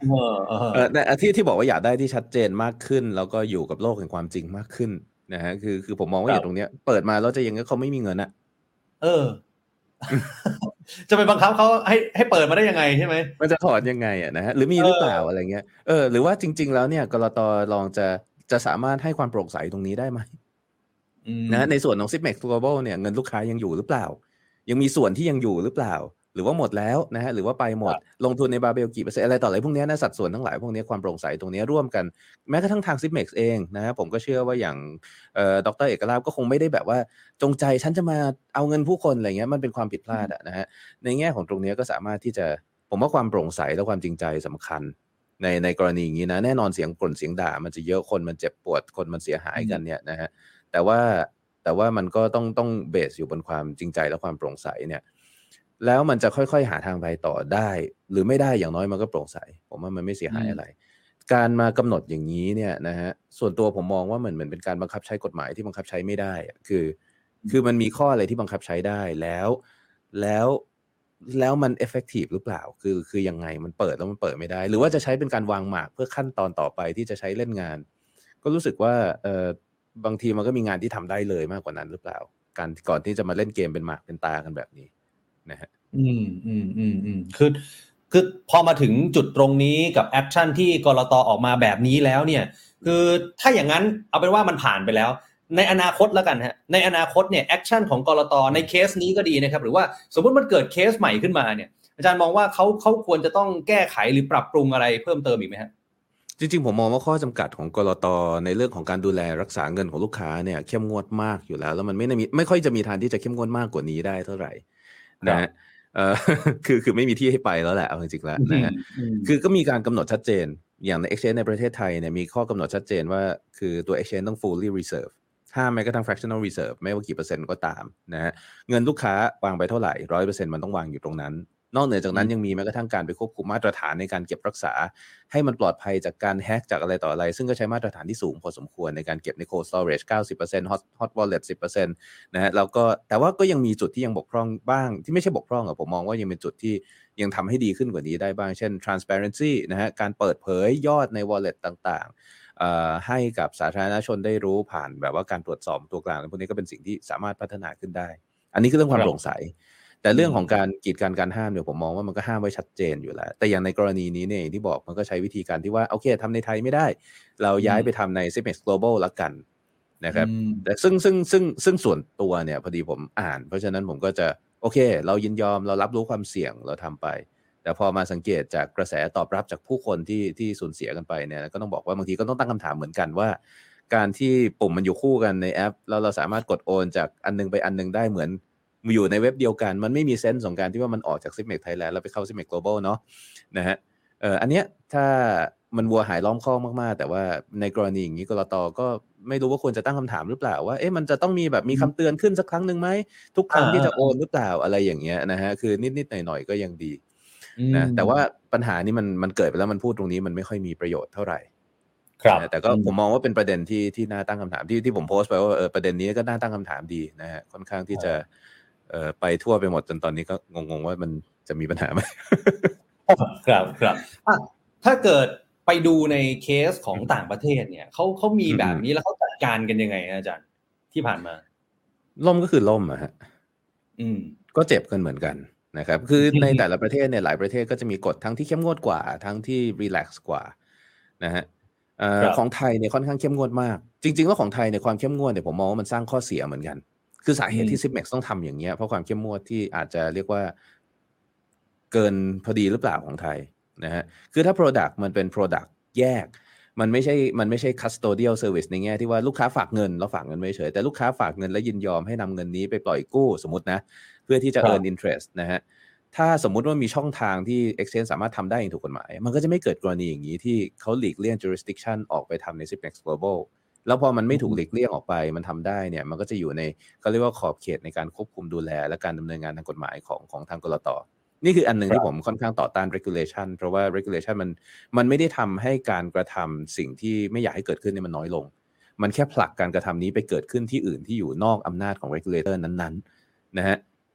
S3: แต่ที่บอกว่าอยากได้ที่ชัดเจนมากขึ้นแล้วก็อยู่กับโลกแห่งความจริงมากขึ้นนะฮะคือผมมองว่าอยู่ตรงเนี้ยเปิดมาแล้วจะยังไงเขาไม่มีเงินอ่ะ
S2: จะไปบังคับเขาให้เปิดมาได้ยังไงใช่ไหม
S3: มันจะถอนยังไงอ่ะนะฮะหรือมีหรือเปล่าอะไรเงี้ยหรือว่าจริงๆแล้วเนี่ยกลต.ลองจะสามารถให้ความโปร่งใสตรงนี้ได้ไหมนะในส่วนของ Cipmex Global เนี่ยเงินลูกค้ายังอยู่หรือเปล่ายังมีส่วนที่ยังอยู่หรือเปล่าหรือว่าหมดแล้วนะฮะหรือว่าไปหมดลงทุนในบาร์เบลกี่เปอร์เซ็นต์อะไรต่ออะไรพวกนี้นะสัดส่วนทั้งหลายพวกนี้ความโปร่งใสตรงนี้ร่วมกันแม้กระทั่งทาง Cipmex เองนะฮะผมก็เชื่อว่าอย่างดร.เอกลาภก็คงไม่ได้แบบว่าจงใจฉันจะมาเอาเงินผู้คนอะไรเงี้ยมันเป็นความผิดพลาดนะฮะในแง่ของตรงนี้ก็สามารถที่จะผมว่าความโปร่งใสและความจริงใจสำคัญในกรณีอย่างนี้นะแน่นอนเสียงกล่นเสียงด่ามันจะเยอะคนมันเจ็บปวดคนมันเสียหายกันเนี่ยนะฮะแต่ว่ามันก็ต้องเบสอยู่บนความจริงใจและความโปร่งใสเนี่ยแล้วมันจะค่อยๆหาทางไปต่อได้หรือไม่ได้อย่างน้อยมันก็โปร่งใสผมว่ามันไม่เสียหายอะไรการมากำหนดอย่างนี้เนี่ยนะฮะส่วนตัวผมมองว่าเหมือนเป็นการบังคับใช้กฎหมายที่บังคับใช้ไม่ได้คือมันมีข้ออะไรที่บังคับใช้ได้แล้วมัน effective หรือเปล่าคือยังไงมันเปิดแล้วมันเปิดไม่ได้หรือว่าจะใช้เป็นการวางหมากเพื่อขั้นตอนต่อไปที่จะใช้เล่นงานก็รู้สึกว่าบางทีมันก็มีงานที่ทำได้เลยมากกว่านั้นหรือเปล่าก่อนที่จะมาเล่นเกมเป็นหมากเป็นตากันแบบนี้นะฮะ
S2: คือพอมาถึงจุดตรงนี้กับแอคชั่นที่กลต.ออกมาแบบนี้แล้วเนี่ยคือถ้าอย่างนั้นเอาเป็นว่ามันผ่านไปแล้วในอนาคตแล้วกันฮะในอนาคตเนี่ยแอคชั่นของกลต.ในเคสนี้ก็ดีนะครับหรือว่าสมมุติมันเกิดเคสใหม่ขึ้นมาเนี่ยอาจารย์มองว่าเขาควรจะต้องแก้ไขหรือปรับปรุงอะไรเพิ่มเติมอีกไหมฮะ
S3: จริงๆผมมองว่าข้อจำกัดของกลต.ในเรื่องของการดูแลรักษาเงินของลูกค้าเนี่ยเข้มงวดมากอยู่แล้วมันไม่ค่อยจะมีทางที่จะเข้มงวดมากกว่านี้ได้เท่าไหร่นะฮะคือไม่มีที่ให้ไปแล้วแหละเอาจริงๆแล้วนะฮะคือก็มีการกำหนดชัดเจนอย่างใน exchange ในประเทศไทยเนี่ยมีข้อกำหนดชัดเจนว่าคือตัว exchange ต้อง fully reserve ห้ามแม้กระทั่ง fractional reserve ไม่ว่ากี่เปอร์เซ็นต์ก็ตามนะฮะเงินลูกค้าวางไปเท่าไหร่ 100% มันต้องวางอยู่ตรงนั้นนอกเหนือจากนั้นยังมีแม้กระทั่งการไปควบคุมมาตรฐานในการเก็บรักษาให้มันปลอดภัยจากการแฮกจากอะไรต่ออะไรซึ่งก็ใช้มาตรฐานที่สูงพอสมควรในการเก็บใน cold storage 90% hot wallet 10% นะฮะแล้วก็แต่ว่าก็ยังมีจุดที่ยังบกพร่องบ้างที่ไม่ใช่บกพร่องอ่ะผมมองว่ายังเป็นจุดที่ยังทำให้ดีขึ้นกว่านี้ได้บ้างเช่น transparency นะฮะการเปิดเผยยอดใน wallet ต่างๆให้กับสาธารณชนได้รู้ผ่านแบบว่าการตรวจสอบตัวกลางพวกนี้ก็เป็นสิ่งที่สามารถพัฒนาขึ้นได้อันนี้คือเรื่องความโปร่งใสแต่เรื่องของการกีดกันการห้ามเนี่ยผมมองว่ามันก็ห้ามไว้ชัดเจนอยู่แล้วแต่อย่างในกรณีนี้เนี่ยที่บอกมันก็ใช้วิธีการที่ว่าโอเคทำในไทยไม่ได้เราย้ายไปทำใน Cipmex Global ละกันนะครับแต่ซึ่งส่วนตัวเนี่ยพอดีผมอ่านเพราะฉะนั้นผมก็จะโอเคเรายินยอมเรารับรู้ความเสี่ยงเราทำไปแต่พอมาสังเกตจากกระแสตอบรับจากผู้คนที่สูญเสียกันไปเนี่ยก็ต้องบอกว่าบางทีก็ต้องตั้งคำถามเหมือนกันว่าการที่ปุ่มมันอยู่คู่กันในแอปแล้วเราสามารถกดโอนจากอันนึงไปอันนึงได้เหมือนอยู่ในเว็บเดียวกันมันไม่มีเซนส์ของการที่ว่ามันออกจาก Cipmex Thailand แล้วไปเข้า Cipmex Global เนาะนะฮะอันเนี้ยถ้ามันวัวหายล้อมคอกมากๆแต่ว่าในกรณีอย่างนี้กลต.ก็ไม่รู้ว่าควรจะตั้งคำถามหรือเปล่าว่ามันจะต้องมีแบบมีคำเตือนขึ้นสักครั้งหนึ่งไหมทุกครั้งที่จะโอนหรือเปล่าอะไรอย่างเงี้ยนะฮะคือนิดๆหน่อยๆก็ยังดีนะแต่ว่าปัญหานี้มันเกิดไปแล้วมันพูดตรงนี้มันไม่ค่อยมีประโยชน์เท่าไหร่แต่ก็ผมมองว่าเป็นประเด็นที่น่าตั้งคำถามที่ผมโพสต์ไปว่าประเด็นนี้ก็น่าตั้งคำถามดีนะฮะค่อนข้างที่จะไปทั่วไปหมดจนตอนนี้ก็งงว่ามันจะมีปัญหาไหม
S2: ครับถ้าเกิดไปดูในเคสของต่างประเทศเนี่ยเขามีแบบนี้แล้วเขาจัดการกันยังไงอาจารย์ที่ผ่านมา
S3: ล่มก็คือล่มอะฮะก็เจ็บกันเหมือนกันนะครับคือในแต่ละประเทศเนี่ยหลายประเทศก็จะมีกฎทั้งที่เข้มงวดกว่าทั้งที่รีแลกซ์กว่านะฮะของไทยเนี่ยค่อนข้างเข้มงวดมากจริงๆแล้วของไทยเนี่ยความเข้มงวดเนี่ยผมมองว่ามันสร้างข้อเสียเหมือนกันคือสาเหตุที่ Cipmex ต้องทำอย่างเงี้ยเพราะความเข้มงวดที่อาจจะเรียกว่าเกินพอดีหรือเปล่าของไทยนะฮะคือถ้า product มันเป็น product แยกมันไม่ใช่ custodial service ในแง่ที่ว่าลูกค้าฝากเงินแล้วฝากเงินไม่เฉยแต่ลูกค้าฝากเงินแล้วยินยอมให้นำเงินนี้ไปปล่อยกู้สมมตินะเพื่อที่จะ earn interest นะฮะถ้าสมมุติว่ามีช่องทางที่ exchange สามารถทำได้อย่างถูกกฎหมายมันก็จะไม่เกิดกรณีอย่างนี้ที่เขาหลีกเลี่ยง jurisdiction ออกไปทำใน Cipmex Global แล้วพอมันไม่ถูกหลีกเลี่ยงออกไปมันทำได้เนี่ยมันก็จะอยู่ในเขาเรียกว่าขอบเขตในการควบคุมดูแลและการดำเนินงานทางกฎหมายของทางกลต.นี่คืออันนึงที่ผมค่อนข้างต่อต้าน regulation เพราะว่า regulation มันไม่ได้ทำให้การกระทำสิ่งที่ไม่อยากให้เกิดขึ้นเนี่ยมันน้อยลงมันแค่ผลักการกระทำนี้ไปเกิดขึ้นที่อื่นที่อยู่นอกอำนาจของ regulator นั้นๆนะฮะ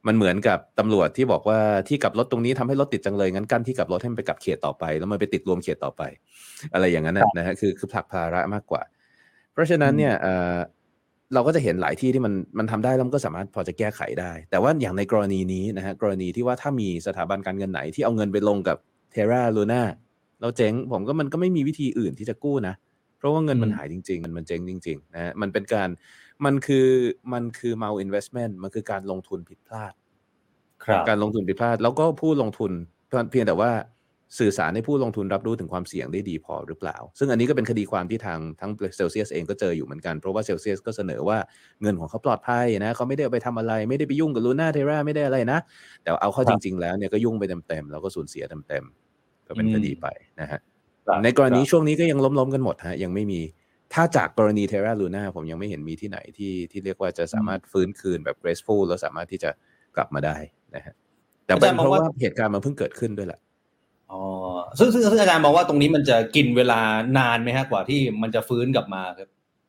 S3: มันเหมือนกับตำรวจที่บอกว่าที่กลับรถตรงนี้ทำให้รถติดจังเลยงั้นกั้นที่กลับรถให้มันไปกลับเขตต่อไปแล้วมันไปติดรวมเขตต่อไปอะไรอย่างนั้นนะฮะคือผลักภาระมากกว่าเพราะฉะนั้นเนี่ยเราก็จะเห็นหลายที่ที่มันทำได้แล้วมันก็สามารถพอจะแก้ไขได้แต่ว่าอย่างในกรณีนี้นะฮะกรณีที่ว่าถ้ามีสถาบันการเงินไหนที่เอาเงินไปลงกับ Terra Luna แล้วเจ๊งผมก็มันก็ไม่มีวิธีอื่นที่จะกู้นะเพราะว่าเงินมันหายจริงๆมันเจ๊งจริงๆนะฮะมันเป็นการมันคือ malinvestment มันคือการลงทุนผิดพลาดการลงทุนผิดพลาดแล้วก็ผู้ลงทุนเพียงแต่ว่าสื่อสารให้ผู้ลงทุนรับรู้ถึงความเสี่ยงได้ดีพอหรือเปล่าซึ่งอันนี้ก็เป็นคดีความที่ทั้ง Celsius เองก็เจออยู่เหมือนกันเพราะว่า Celsius ก็เสนอว่าเงินของเขาปลอดภัยนะเขาไม่ได้เอาไปทำอะไรไม่ได้ไปยุ่งกับ Luna Terra ไม่ได้อะไรนะแต่เอาเข้าจริงๆแล้วเนี่ยก็ยุ่งไปเต็มๆแล้วก็สูญเสียเต็มๆก็เป็นคดีไปนะฮะในกรณีช่วงนี้ก็ยังล้มๆกันหมดฮะยังไม่มีถ้าจากกรณี Terra Luna ผมยังไม่เห็นมีที่ไหนที่เรียกว่าจะสามารถฟื้นคืนแบบ graceful แล้วสามารถที่จะกลับมาได้นะฮะแต่เป็นเพราะว่าเหตุการณ์มันเพิ่งเกิดขึ้นด้วยแหละ
S2: อ๋อซึ่งอาจารย์มองว่าตรงนี้มันจะกินเวลานานไหมฮะกว่าที่มันจะฟื้นกลับมาครับ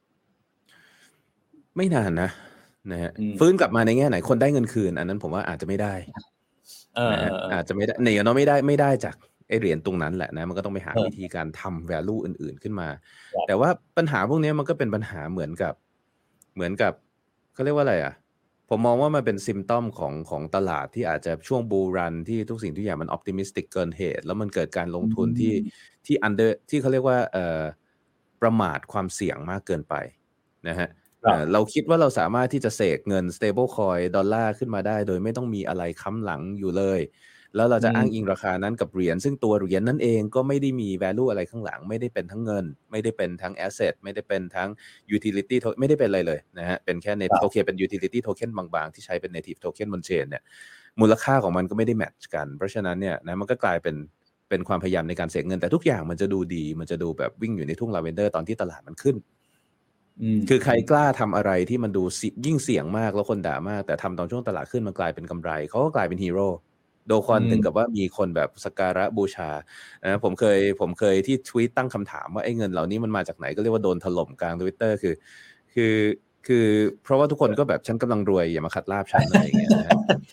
S3: ไม่นานนะฮะฟื้นกลับมาในแง่ไหนคนได้เงินคืนอันนั้นผมว่าอาจจะไม่ได้อาจจะไม่ได้เนี่ยเนาะไม่ได้จากไอ้เหรียญตรงนั้นแหละนะมันก็ต้องไปหาวิธีการทำ value อื่นๆขึ้นมาแต่ว่าปัญหาพวกนี้มันก็เป็นปัญหาเหมือนกับเขาเรียกว่าอะไรอ่ะผมมองว่ามันเป็นซิมตอมของตลาดที่อาจจะช่วงบูรันที่ทุกสิ่งทุกอย่างมันออพติมิสติกเกินเหตุแล้วมันเกิดการลงทุนที่อันเดอร์ที่เขาเรียกว่าประมาทความเสี่ยงมากเกินไปนะฮะเราคิดว่าเราสามารถที่จะเสกเงิน stable coin ดอลลาร์ขึ้นมาได้โดยไม่ต้องมีอะไรค้ำหลังอยู่เลยแล้วเราจะอ้างอิงราคานั้นกับเหรียญซึ่งตัวเหรียญนั่นเองก็ไม่ได้มี value อะไรข้างหลังไม่ได้เป็นทั้งเงินไม่ได้เป็นทั้ง asset ไม่ได้เป็นทั้ง utility ไม่ได้เป็นอะไรเลยนะฮะเป็นแค่ โอเคเป็น utility token บางๆที่ใช้เป็น native token บน chain เนี่ยมูลค่าของมันก็ไม่ได้แมทช์กันเพราะฉะนั้นเนี่ยนะมันก็กลายเป็นความพยายามในการเสกเงินแต่ทุกอย่างมันจะดูดีมันจะดูแบบวิ่งอยู่ในทุ่งลาเวนเดอร์ตอนที่ตลาดมันขึ้นคือใครกล้าทำอะไรที่มันดูยิ่งเสี่ยงมากแล้วคนด่ามากแต่ทำตอนช่วงตลาดขึ้นมันกลายเป็นกำไรเขาก็กลายเป็นฮีโร่โดคอนถึงกับว่ามีคนแบบสักการะบูชานะผมเคยที่ทวีตตั้งคำถามว่าไอ้เงินเหล่านี้มันมาจากไหนก็เรียกว่าโดนถล่มกลาง Twitter คือเพราะว่าทุกคนก็แบบฉันกำลังรวยอย่ามาขัดลาบฉันอะไรอย่างเงี้ยนะ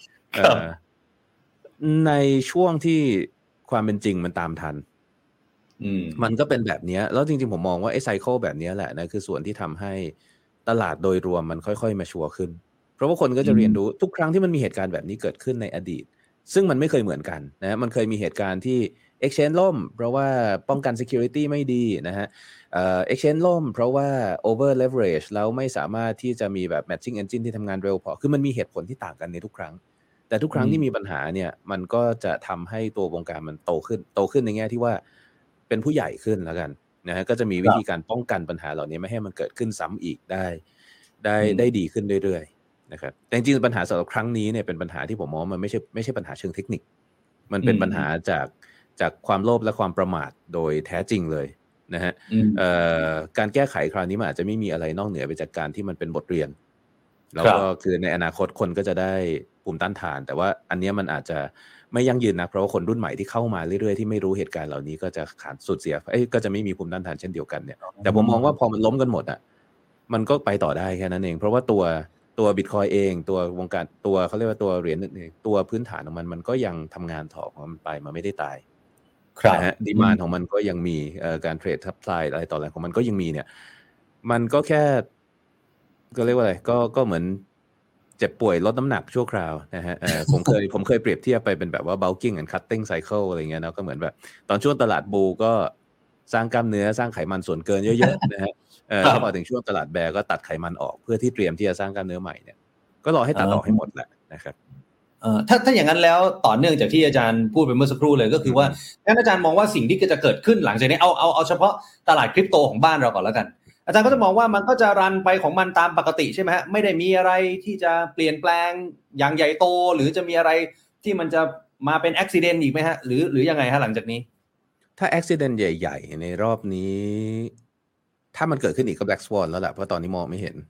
S3: ในช่วงที่ความเป็นจริงมันตามทันมันก็เป็นแบบนี้แล้วจริงๆผมมองว่าไอ้ไซเคิลแบบนี้แหละนะคือส่วนที่ทำให้ตลาดโดยรวมมันค่อยๆมาชัวร์ขึ้นเพราะว่าคนก็จะเรียนรู้ทุกครั้งที่มันมีเหตุการณ์แบบนี้เกิดขึ้นในอดีตซึ่งมันไม่เคยเหมือนกันนะมันเคยมีเหตุการณ์ที่ exchange ล่มเพราะว่าป้องกัน security ไม่ดีนะฮะexchange ล่มเพราะว่า over leverage แล้วไม่สามารถที่จะมีแบบ matching engine ที่ทำงานเร็วพอคือมันมีเหตุผลที่ต่างกันในทุกครั้งแต่ทุกครั้งที่มีปัญหาเนี่ยมันก็จะทำให้ตัววงการมันโตขึ้นในแง่ที่ว่าเป็นผู้ใหญ่ขึ้นแล้วกันนะฮะก็จะมีวิธีการป้องกันปัญหาเหล่านี้ไม่ให้มันเกิดขึ้นซ้ำอีกได้ดีขึ้นเรื่อยๆนะครับแต่จริงๆปัญหาสำหรับครั้งนี้เนี่ยเป็นปัญหาที่ผมมองมันไม่ใช่ปัญหาเชิงเทคนิคมันเป็นปัญหาจากความโลภและความประมาทโดยแท้จริงเลยนะฮะการแก้ไขคราวนี้มันอาจจะไม่มีอะไรนอกเหนือไปจากการที่มันเป็นบทเรียนแล้วก็คือในอนาคตคนก็จะได้ภูมิต้านทานแต่ว่าอันนี้มันอาจจะไม่ยั่งยืนนะเพราะว่าคนรุ่นใหม่ที่เข้ามาเรื่อยๆที่ไม่รู้เหตุการณ์เหล่านี้ก็จะขาดสูญเสียก็จะไม่มีภูมิต้านทานเช่นเดียวกันเนี่ยแต่ผมมองว่าพอมันล้มกันหมดอ่ะมันก็ไปต่อได้แค่นั้นเองเพราะว่าตัว Bitcoin เองตัววงการตัวเขาเรียกว่าตัวเหรียญตัวพื้นฐานของมันก็ยังทำงานต่อของมันไปมันไม่ได้ตายนะฮะดีมานด์ของมันก็ยังมีการเทรดซัพพลายอะไรต่ออะไรของมันก็ยังมีเนี่ยมันก็แค่ก็เรียกว่าอะไรก็เหมือนเจ็บป่วยลดน้ำหนักชั่วคราวนะฮะผมเคยเปรียบเทียบไปเป็นแบบว่า bulking and cutting cycle อะไรเงี้ยนะก็เหมือนแบบตอนช่วงตลาดบูก็สร้างกล้ามเนื้อสร้างไขมันส่วนเกินเยอะๆนะฮะพอถึงช่วงตลาดแบร์ก็ตัดไขมันออกเพื่อที่เตรียมที่จะสร้างกล้ามเนื้อใหม่เนี่ยก็รอให้ตัดออกให้หมดแหละนะครับ
S2: ถ้าอย่างนั้นแล้วต่อเนื่องจากที่อาจารย์พูดไปเมื่อสักครู่เลยก็คือว่างั้นอาจารย์มองว่าสิ่งที่จะเกิดขึ้นหลังจากนี้เอาเฉพาะตลาดคริปโตของบ้านเราก่อนแล้วกันอาจารย์ก็จะมองว่ามันก็จะรันไปของมันตามปกติใช่ไหมฮะไม่ได้มีอะไรที่จะเปลี่ยนแปลงอย่างใหญ่โตหรือจะมีอะไรที่มันจะมาเป็นอุบัติเหตุอีกไหมฮะหรือยังไงฮะหลังจากนี้
S3: ถ้าอุบัติเหตุใหญ่ๆในรอบนี้ถ้ามันเกิดขึ้นอีกก็ Black Swan แล้วแหละเพราะตอนนี้มองไม่เห็น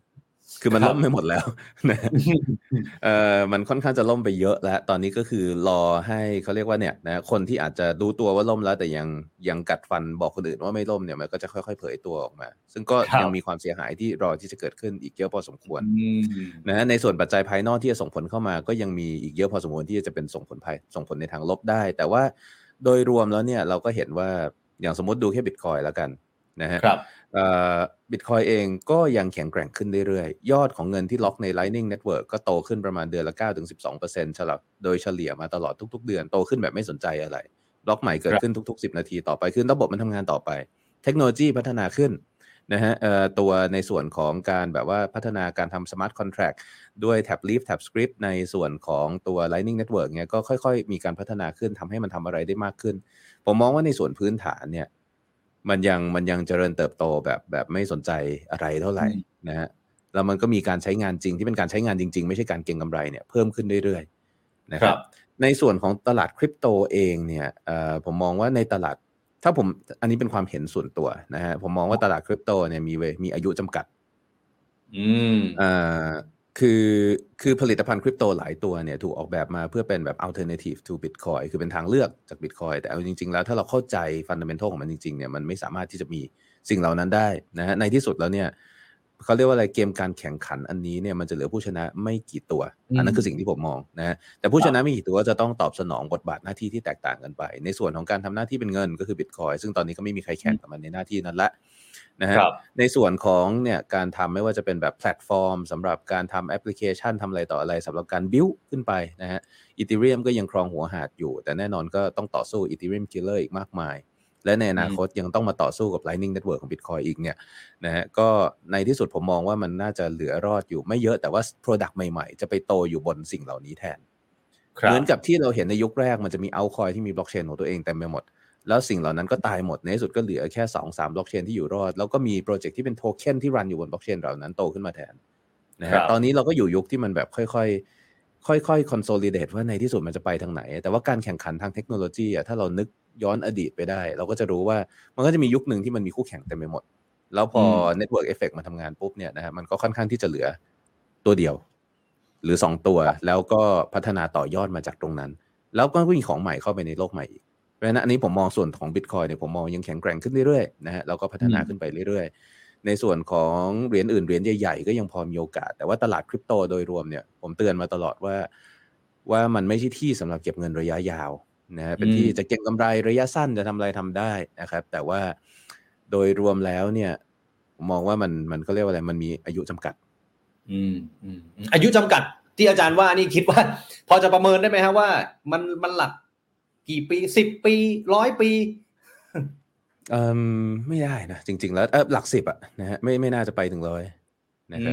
S3: คือมันล่มไปหมดแล้วนะมันค่อนข้างจะล่มไปเยอะแล้วตอนนี้ก็คือรอให้เขาเรียกว่าเนี่ยนะคนที่อาจจะรู้ตัวว่าล่มแล้วแต่ยังกัดฟันบอกคนอื่นว่าไม่ล่มเนี่ยมันก็จะค่อยๆเผยตัวออกมาซึ่งก็ยังมีความเสียหายที่รอที่จะเกิดขึ้นอีกเยอะพอสมควรนะในส่วนปัจจัยภายนอกที่จะส่งผลเข้ามาก็ยังมีอีกเยอะพอสมควรที่จะเป็นส่งผลในทางลบได้แต่ว่าโดยรวมแล้วเนี่ยเราก็เห็นว่าอย่างสมมติดูแค่ Bitcoin แล้วกันนะฮะBitcoin เองก็ยังแข็งแกร่งขึ้นเรื่อยๆยอดของเงินที่ล็อกใน Lightning Network ก็โตขึ้นประมาณเดือนละ 9-12% สลับโดยเฉลี่ยมาตลอดทุกๆเดือนโตขึ้นแบบไม่สนใจอะไรบล็อกใหม่เกิดขึ้นทุกๆ10นาทีต่อไปคือระบบมันทำงานต่อไปเทคโนโลยีพัฒนาขึ้นนะฮะตัวในส่วนของการแบบว่าพัฒนาการทำ Smart Contract ด้วย Tab Leaf Tab Script ในส่วนของตัว Lightning Network เนี่ยก็ค่อยๆมีการพัฒนาขึ้นทำให้มันทำอะไรได้มากขึ้นผมมองว่าในส่วนพื้นฐานเนี่ยมันยังเจริญเติบโตแบบไม่สนใจอะไรเท่าไหร่นะฮะแล้วมันก็มีการใช้งานจริงที่เป็นการใช้งานจริงๆไม่ใช่การเก็งกำไรเนี่ยเพิ่มขึ้นเรื่อยๆนะครับในส่วนของตลาดคริปโตเองเนี่ยผมมองว่าในตลาดถ้าผมอันนี้เป็นความเห็นส่วนตัวนะฮะผมมองว่าตลาดคริปโตเนี่ยมีอายุจำกัดคือผลิตภัณฑ์คริปโตหลายตัวเนี่ยถูกออกแบบมาเพื่อเป็นแบบ alternative to Bitcoin คือเป็นทางเลือกจาก Bitcoin แต่เอาจริงๆแล้วถ้าเราเข้าใจ fundamental ของมันจริงๆเนี่ยมันไม่สามารถที่จะมีสิ่งเหล่านั้นได้นะฮะในที่สุดแล้วเนี่ยเขาเรียกว่าอะไรเกมการแข่งขันอันนี้เนี่ยมันจะเหลือผู้ชนะไม่กี่ตัวอันนั้นคือสิ่งที่ผมมองนะฮะแต่ผู้ชนะไม่กี่ตัวจะต้องตอบสนองบทบาทหน้าที่ที่แตกต่างกันไปในส่วนของการทำหน้าที่เป็นเงินก็คือ Bitcoin ซึ่งตอนนี้ก็ไม่มีใครแข่งกับมันในหน้าที่นั้นละนะฮะในส่วนของเนี่ยการทำไม่ว่าจะเป็นแบบแพลตฟอร์มสำหรับการทำแอปพลิเคชันทำอะไรต่ออะไรสำหรับการบิ้วขึ้นไปนะฮะ Ethereum ก็ยังครองหัวหาดอยู่แต่แน่นอนก็ต้องต่อสู้ Ethereum Killer อีกมากมายและในอนาคตยังต้องมาต่อสู้กับ Lightning Network ของ Bitcoin อีกเนี่ยนะฮะก็ในที่สุดผมมองว่ามันน่าจะเหลือรอดอยู่ไม่เยอะแต่ว่า Product ใหม่ๆจะไปโตอยู่บนสิ่งเหล่านี้แทนเหมือนกับที่เราเห็นในยุคแรกมันจะมี altcoin ที่มีบล็อกเชนของตัวเองเต็มไปหมดแล้วสิ่งเหล่านั้นก็ตายหมดในที่สุดก็เหลือแค่ 2-3 บล็อกเชนที่อยู่รอดแล้วก็มีโปรเจกต์ที่เป็นโทเค็นที่รันอยู่บนบล็อกเชนเหล่านั้นโตขึ้นมาแทนนะฮะตอนนี้เราก็อยู่ยุคที่มันแบบค่อยๆ consolidate ว่าในที่สุดมันจะไปทางไหนแต่ว่าการแข่งขันทางเทคโนโลยีถ้าเรานึกย้อนอดีตไปได้เราก็จะรู้ว่ามันก็จะมียุคนึงที่มันมีคู่แข่งเต็มไปหมดแล้วพอ network effect มาทำงานปุ๊บเนี่ยนะฮะมันก็ค่อนข้างที่จะเหลือตัวเดียวหรือ2ตัวแล้วก็พัฒนาต่อยอดมาจากตรงนั้นแล้วก็มีของใหม่เข้าไปในโลกใหม่อีกเพราะฉะนั้นอันนี้ผมมองส่วนของ Bitcoin เนี่ยผมมองยังแข็งแกร่งขึ้นเรื่อยๆนะฮะแล้วก็พัฒนาขึ้นไปเรื่อยๆในส่วนของเหรียญอื่นเหรียญใหญ่ๆก็ยังพอมีโอกาสแต่ว่าตลาดคริปโตโดยรวมเนี่ยผมเตือนมาตลอดว่ามันไม่ใช่ที่สำหรับเก็บเงินระยะยาวนะฮะเป็นที่จะเก็งกำไรระยะสั้นจะทำอะไรทำได้นะครับแต่ว่าโดยรวมแล้วเนี่ยผมมองว่ามันก็เรียกว่าอะไรมันมีอายุจำกัด
S2: อายุจำกัดที่อาจารย์ว่านี่คิดว่าพอจะประเมินได้ไหมฮะว่ามันหลักกี่ปี10ปี100ปี
S3: ไม่ได้นะจริงๆแล้วหลัก10อ่ะนะฮะไม่น่าจะไปถึง100นะครับ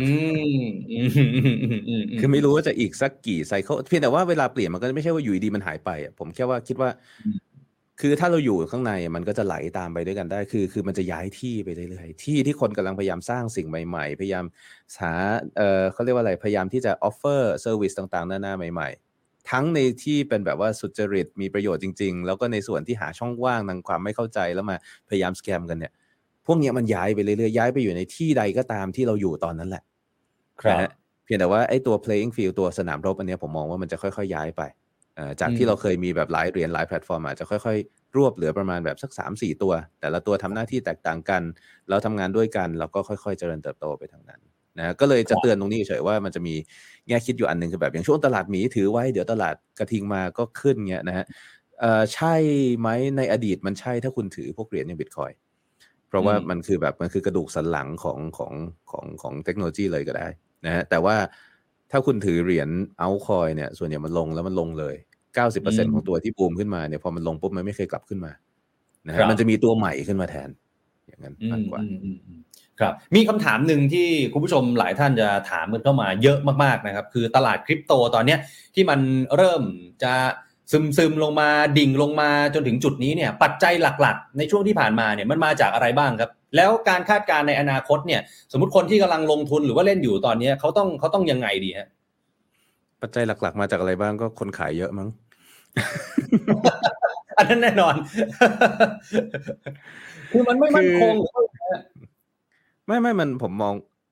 S3: คือไม่รู้ว่าจะอีกสักกี่ไซเคิลเพียงแต่ว่าเวลาเปลี่ยนมันก็ไม่ใช่ว่าอยู่ดีมันหายไปอ่ะผมแค่ว่าคิดว่าคือถ้าเราอยู่ข้างในมันก็จะไหลตามไปด้วยกันได้คือมันจะย้ายที่ไปเรื่อยๆที่คนกำลังพยายามสร้างสิ่งใหม่ๆพยายามหาเขาเรียกว่าอะไรพยายามที่จะ offer service ต่างๆนานาใหม่ๆทั้งในที่เป็นแบบว่าสุจริตมีประโยชน์จริงๆแล้วก็ในส่วนที่หาช่องว่างทางความไม่เข้าใจแล้วมาพยายามสแกมกันเนี่ยพวกนี้มันย้ายไปเรื่อยๆย้ายไปอยู่ในที่ใดก็ตามที่เราอยู่ตอนนั้นแหละครับเพียงแต่ว่าไอ้ตัว playing field ตัวสนามรบอันนี้ผมมองว่ามันจะค่อยๆย้ายไปจากที่เราเคยมีแบบหลายเหรียญหลายแพลตฟอร์มอาจจะค่อยๆรวบเหลือประมาณแบบสัก 3-4 ตัวแต่ละตัวทำหน้าที่แตกต่างกันแล้วทำงานด้วยกันแล้วก็ค่อยๆเจริญเติบโตไปทางนั้นนะก็เลยจะเตือนตรงนี้เฉยๆว่ามันจะมีแง่คิดอยู่อันนึงคือแบบอย่างช่วงตลาดหมีถือไว้เดี๋ยวตลาดกระทิงมาก็ขึ้นเงี้ยนะฮะใช่ไหมในอดีตมันใช่ถ้าคุณถือพวกเหรียญอย่าง Bitcoin เพราะว่ามันคือกระดูกสันหลังของเทคโนโลยีเลยก็ได้นะฮะแต่ว่าถ้าคุณถือเหรียญ altcoin เนี่ยส่วนใหญ่มันลงแล้วมันลงเลย 90% ของตัวที่บูมขึ้นมาเนี่ยพอมันลงปุ๊บมันไม่เคยกลับขึ้นมานะฮะมันจะมีตัวใหม่ขึ้นมาแทนอย่างนั้นมากกว่า
S2: ครับมีคำถามหนึ่งที่คุณผู้ชมหลายท่านจะถามกันเข้ามาเยอะมากๆนะครับคือตลาดคริปโตตอนนี้ที่มันเริ่มจะซึมลงมาดิ่งลงมาจนถึงจุดนี้เนี่ยปัจจัยหลักๆในช่วงที่ผ่านมาเนี่ยมันมาจากอะไรบ้างครับแล้วการคาดการณ์ในอนาคตเนี่ยสมมุติคนที่กำลังลงทุนหรือว่าเล่นอยู่ตอนนี้เขาต้องยังไงดีฮะ
S3: ปัจจัยหลักๆมาจากอะไรบ้างก็คนขายเยอะมั้ง
S2: อันนั้นแน่นอน คือมันไม่มั่นคงไม่
S3: มันผมมอง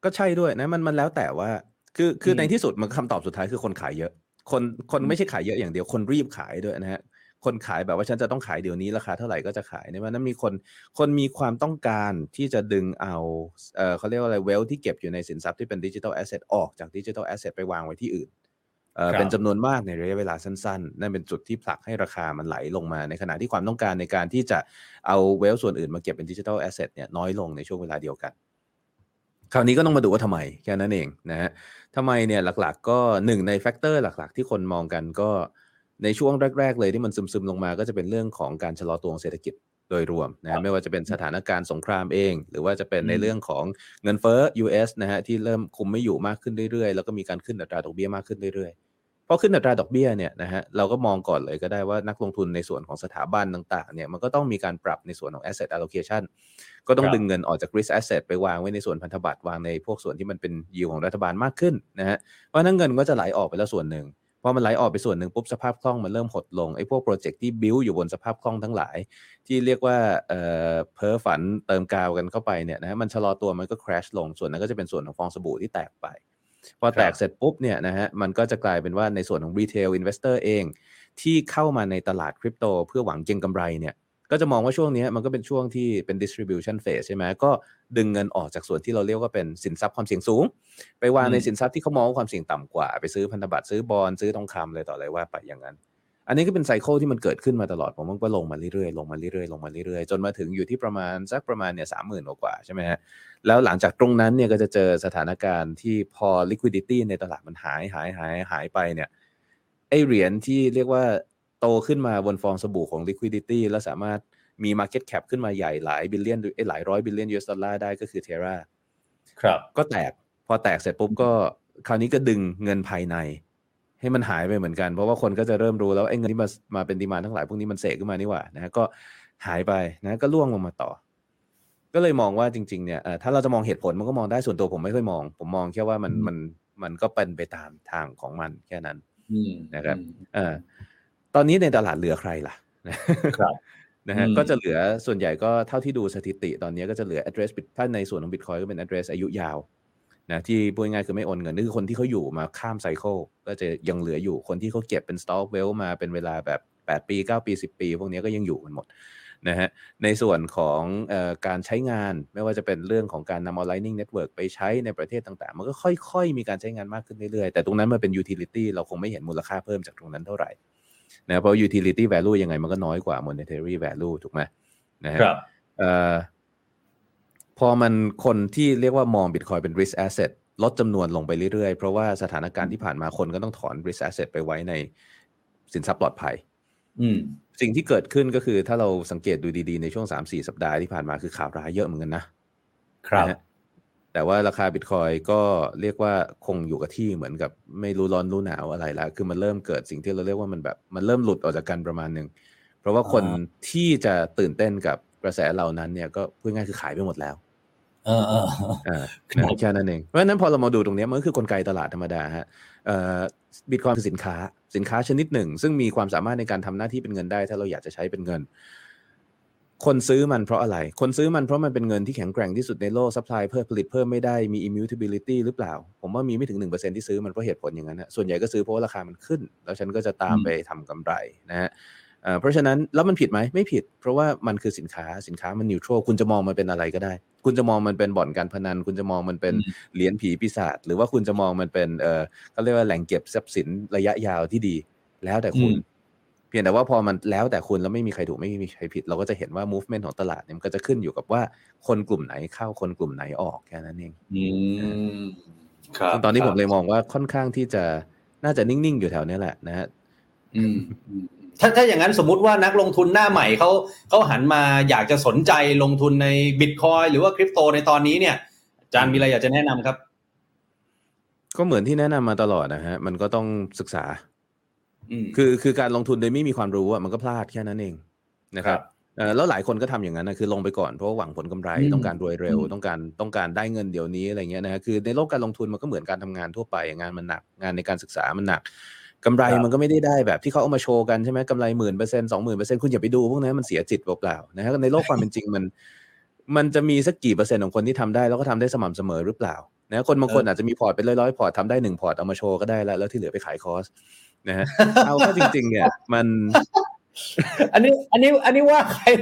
S3: ก็ใช่ด้วยนะมันแล้วแต่ว่าคือในที่สุดมันคำตอบสุดท้ายคือคนขายเยอะคนไม่ใช่ขายเยอะอย่างเดียวคนรีบขายด้วยนะฮะคนขายแบบว่าฉันจะต้องขายเดี๋ยวนี้ราคาเท่าไหร่ก็จะขายในวันนั้นมีคนมีความต้องการที่จะดึงเอาเขาเรียกว่าอะไรเวลที่เก็บอยู่ในสินทรัพย์ที่เป็นดิจิทัลแอสเซทออกจากดิจิทัลแอสเซทไปวางไว้ที่อื่นเป็นจำนวนมากในระยะเวลาสั้นๆนั่นเป็นจุดที่ผลักให้ราคามันไหลลงมาในขณะที่ความต้องการในการที่จะเอาเวลส่วนอื่นมาเก็บเป็นดิจิทัลแอสเซทเนี่ยน้อยลงในช่วงเวลาเดียวกันคราวนี้ก็ต้องมาดูว่าทำไมแค่นั้นเองนะฮะทำไมเนี่ยหลักๆก็หนึ่งในแฟกเตอร์หลักๆที่คนมองกันก็ในช่วงแรกๆเลยที่มันซึมๆลงมาก็จะเป็นเรื่องของการชะลอตัวของเศรษฐกิจโดยรวมนะไม่ว่าจะเป็นสถานการณ์สงครามเองหรือว่าจะเป็นในเรื่องของเงินเฟ้อ US นะฮะที่เริ่มคุมไม่อยู่มากขึ้นเรื่อยๆแล้วก็มีการขึ้นอัตราดอกเบี้ยมากขึ้นเรื่อยๆพอขึ้นอัตราดอกเบี้ยเนี่ยนะฮะเราก็มองก่อนเลยก็ได้ว่านักลงทุนในส่วนของสถาบันต่างๆเนี่ยมันก็ต้องมีการปรับในส่วนของ asset allocation ก็ต้องดึงเงินออกจาก risk asset ไปวางไว้ในส่วนพันธบัตรวางในพวกส่วนที่มันเป็น yield ของรัฐบาลมากขึ้นนะฮะเพราะนั้นเงินก็จะไหลออกไปแล้วส่วนหนึ่งพอมันไหลออกไปส่วนหนึ่งปุ๊บสภาพคล่องมันเริ่มหดลงไอ้พวกโปรเจกต์ที่ build อยู่บนสภาพคล่องทั้งหลายที่เรียกว่าเพ้อฝันเติมกาวกันเข้าไปเนี่ยนะฮะมันชะลอตัวมันก็ crash ลงส่วนนั้นก็จะเป็นส่วนของฟองสบู่ที่แตกไปพอแตกเสร็จปุ๊บเนี่ยนะฮะมันก็จะกลายเป็นว่าในส่วนของ retail investor เองที่เข้ามาในตลาดคริปโตเพื่อหวังเก็งกำไรเนี่ยก็จะมองว่าช่วงนี้มันก็เป็นช่วงที่เป็น distribution phase ใช่ไหมก็ดึงเงินออกจากส่วนที่เราเรียกว่าเป็นสินทรัพย์ความเสี่ยงสูงไปวางในสินทรัพย์ที่เขามองความเสี่ยงต่ำกว่าไปซื้อพันธบัตรซื้อบอนด์ซื้อทองคำเลยต่ออะไรว่าไปอย่างนั้นอันนี้ก็เป็นไซเคิลที่มันเกิดขึ้นมาตลอดผมว่าก็ลงมาเรื่อยๆลงมาเรื่อยๆลงมาเรื่อยๆจนมาถึงอยู่ที่ประมาณเนี่ย 30,000 กว่าใช่ไหมฮะแล้วหลังจากตรงนั้นเนี่ยก็จะเจอสถานการณ์ที่พอ liquidity ในตลาดมันหายไปเนี่ยไอเหรียญที่เรียกว่าโตขึ้นมาบนฟองสบู่ของ liquidity แล้วสามารถมี market cap ขึ้นมาใหญ่หลายบิลเลียนหลายร้อยบิลเลียน US ดอลลาร์ได้ก็คือ Terra
S2: ครับ
S3: ก็แตกพอแตกเสร็จปุ๊บก็คราวนี้ก็ดึงเงินภายในให้มันหายไปเหมือนกันเพราะว่าคนก็จะเริ่มรู้แล้วไอ้เงินที่มาเป็นดีมานด์ทั้งหลายพวกนี้มันเสกขึ้นมานี่หว่านะก็หายไปนะก็ร่วงลงมาต่อก็เลยมองว่าจริงๆเนี่ยถ้าเราจะมองเหตุผลมันก็มองได้ส่วนตัวผมไม่ค่อยมองผมมองแค่ว่ามันก็เป็นไปตามทางของมันแค่นั้นนะครับตอนนี้ในตลาดเหลือใครล่ะครับนะฮะก็จะเหลือส่วนใหญ่ก็เท่าที่ดูสถิติตอนนี้ก็จะเหลือ address ถ้าในส่วนของ Bitcoin ก็เป็น address อายุยาวนะที่พูดง่ายๆคือไม่โอนเงินนี่คือคนที่เขาอยู่มาข้ามไซเคิลก็จะยังเหลืออยู่คนที่เขาเก็บเป็น stock wealth มาเป็นเวลาแบบ8ปี9ปี10ปีพวกนี้ก็ยังอยู่กันหมดนะฮะในส่วนของการใช้งานไม่ว่าจะเป็นเรื่องของการนำเอา Lightning Network ไปใช้ในประเทศต่างๆมันก็ค่อยๆมีการใช้งานมากขึ้นเรื่อยๆแต่ตรงนั้นมันเป็น utility เราคงไม่เห็นมูลค่าเพิ่มจากตรงนั้นเท่าไหร่นะเพราะ utility value ยังไงมันก็น้อยกว่า monetary value ถูกไหมนะครับพอมันคนที่เรียกว่ามอง Bitcoin เป็น risk asset ลดจำนวนลงไปเรื่อยๆเพราะว่าสถานการณ์ที่ผ่านมาคนก็ต้องถอน risk asset ไปไว้ในสินทรัพย์ปลอดภัยสิ่งที่เกิดขึ้นก็คือถ้าเราสังเกตดูดีๆในช่วง 3-4 สัปดาห์ที่ผ่านมาคือข่าวร้ายเยอะเหมือนกันนะครับแต่ว่าราคา Bitcoin ก็เรียกว่าคงอยู่กับที่เหมือนกับไม่รู้ร้อนรู้หนาวอะไรแล้วคือมันเริ่มเกิดสิ่งที่เราเรียกว่ามันแบบมันเริ่มหลุดออกจากกันประมาณนึงเพราะว่าคนที่จะตื่นเต้นกับกระแสเหล่านั้นเนี่ยก็พูดง่ายคือขายไปหมดแล้วแค่นั้นเองเพราะฉะนั้นพอเรามาดูตรงนี้มันก็คือกลไกตลาดธรรมดาฮะBitcoin คือสินค้าชนิดหนึ่งซึ่งมีความสามารถในการทำหน้าที่เป็นเงินได้ถ้าเราอยากจะใช้เป็นเงินคนซื้อมันเพราะอะไรคนซื้อมันเพราะมันเป็นเงินที่แข็งแกร่งที่สุดในโลกซัพพลายเพิ่มผลิตเพิ่มไม่ได้มี immutability หรือเปล่าผมว่ามีไม่ถึง 1% ที่ซื้อมันเพราะเหตุผลอย่างนั้นนะส่วนใหญ่ก็ซื้อเพราะว่าราคามันขึ้นแล้วฉันก็จะตามไปทำกำไรนะฮะเพราะฉะนั้นแล้วมันผิดไหมไม่ผิดเพราะว่ามันคือสินค้ามันนิวทรัลคุณจะมองมันเป็นอะไรก็ได้คุณจะมองมันเป็นบ่อนการพนันคุณจะมองมันเป็นเหรียญผีปีศาจหรือว่าคุณจะมองมันเป็นเขาเรียกว่าแหล่งเก็บทรัพย์สินระยะยาวที่ดีแล้วแต่คุณเพียงแต่ว่าพอมันแล้วแต่คุณแล้วไม่มีใครถูกไม่มีใครผิดเราก็จะเห็นว่า movement ของตลาดเนี่ยมันก็จะขึ้นอยู่กับว่าคนกลุ่มไหนเข้าคนกลุ่มไหนออกแค่นั้นเองครับตอนนี้ผมเลยมองว่าค่อนข้างที่จะน่าจะนิ่งๆอยู่แถวนี้แหละนะฮะ
S2: ถ้าอย่างนั้นสมมุติว่านักลงทุนหน้าใหม่เขาหันมาอยากจะสนใจลงทุนใน Bitcoin หรือว่าคริปโตในตอนนี้เนี่ยอาจารย์มีอะไรอยากจะแนะนำครับ
S3: ก็เหมือนที่แนะนำมาตลอดนะฮะมันก็ต้องศึกษาคือการลงทุนโดยไม่มีความรู้มันก็พลาดแค่นั้นเองนะครับแล้วหลายคนก็ทำอย่างนั้นนะคือลงไปก่อนเพราะหวังผลกำไรต้องการรวยเร็วต้องการได้เงินเดี๋ยวนี้อะไรเงี้ยนะฮะคือในโลกการลงทุนมันก็เหมือนการทำงานทั่วไปงานมันหนักงานในการศึกษามันหนักกำไรมันก็ไม่ได้แบบที่เขาเอามาโชว์กันใช่ไหมกำไร 10,000% 20,000% คุณอย่าไปดูพวกนั้นมันเสียจิตเปล่าๆนะฮะในโลกความเป็นจริงมันจะมีสักกี่เปอร์เซ็นต์ของคนที่ทำได้แล้วก็ทำได้สม่ำเสมอหรือเปล่านะคนบางคนอาจจะมีพอร์ตเป็นร้อยๆพอร์ตทำได้1พอร์ตเอามาโชว์ก็ได้แล้วที่เหลือไปขายคอร์สนะฮะ เอาเข้าจริงๆเนี่ยมัน
S2: อันนี้ว่าใคร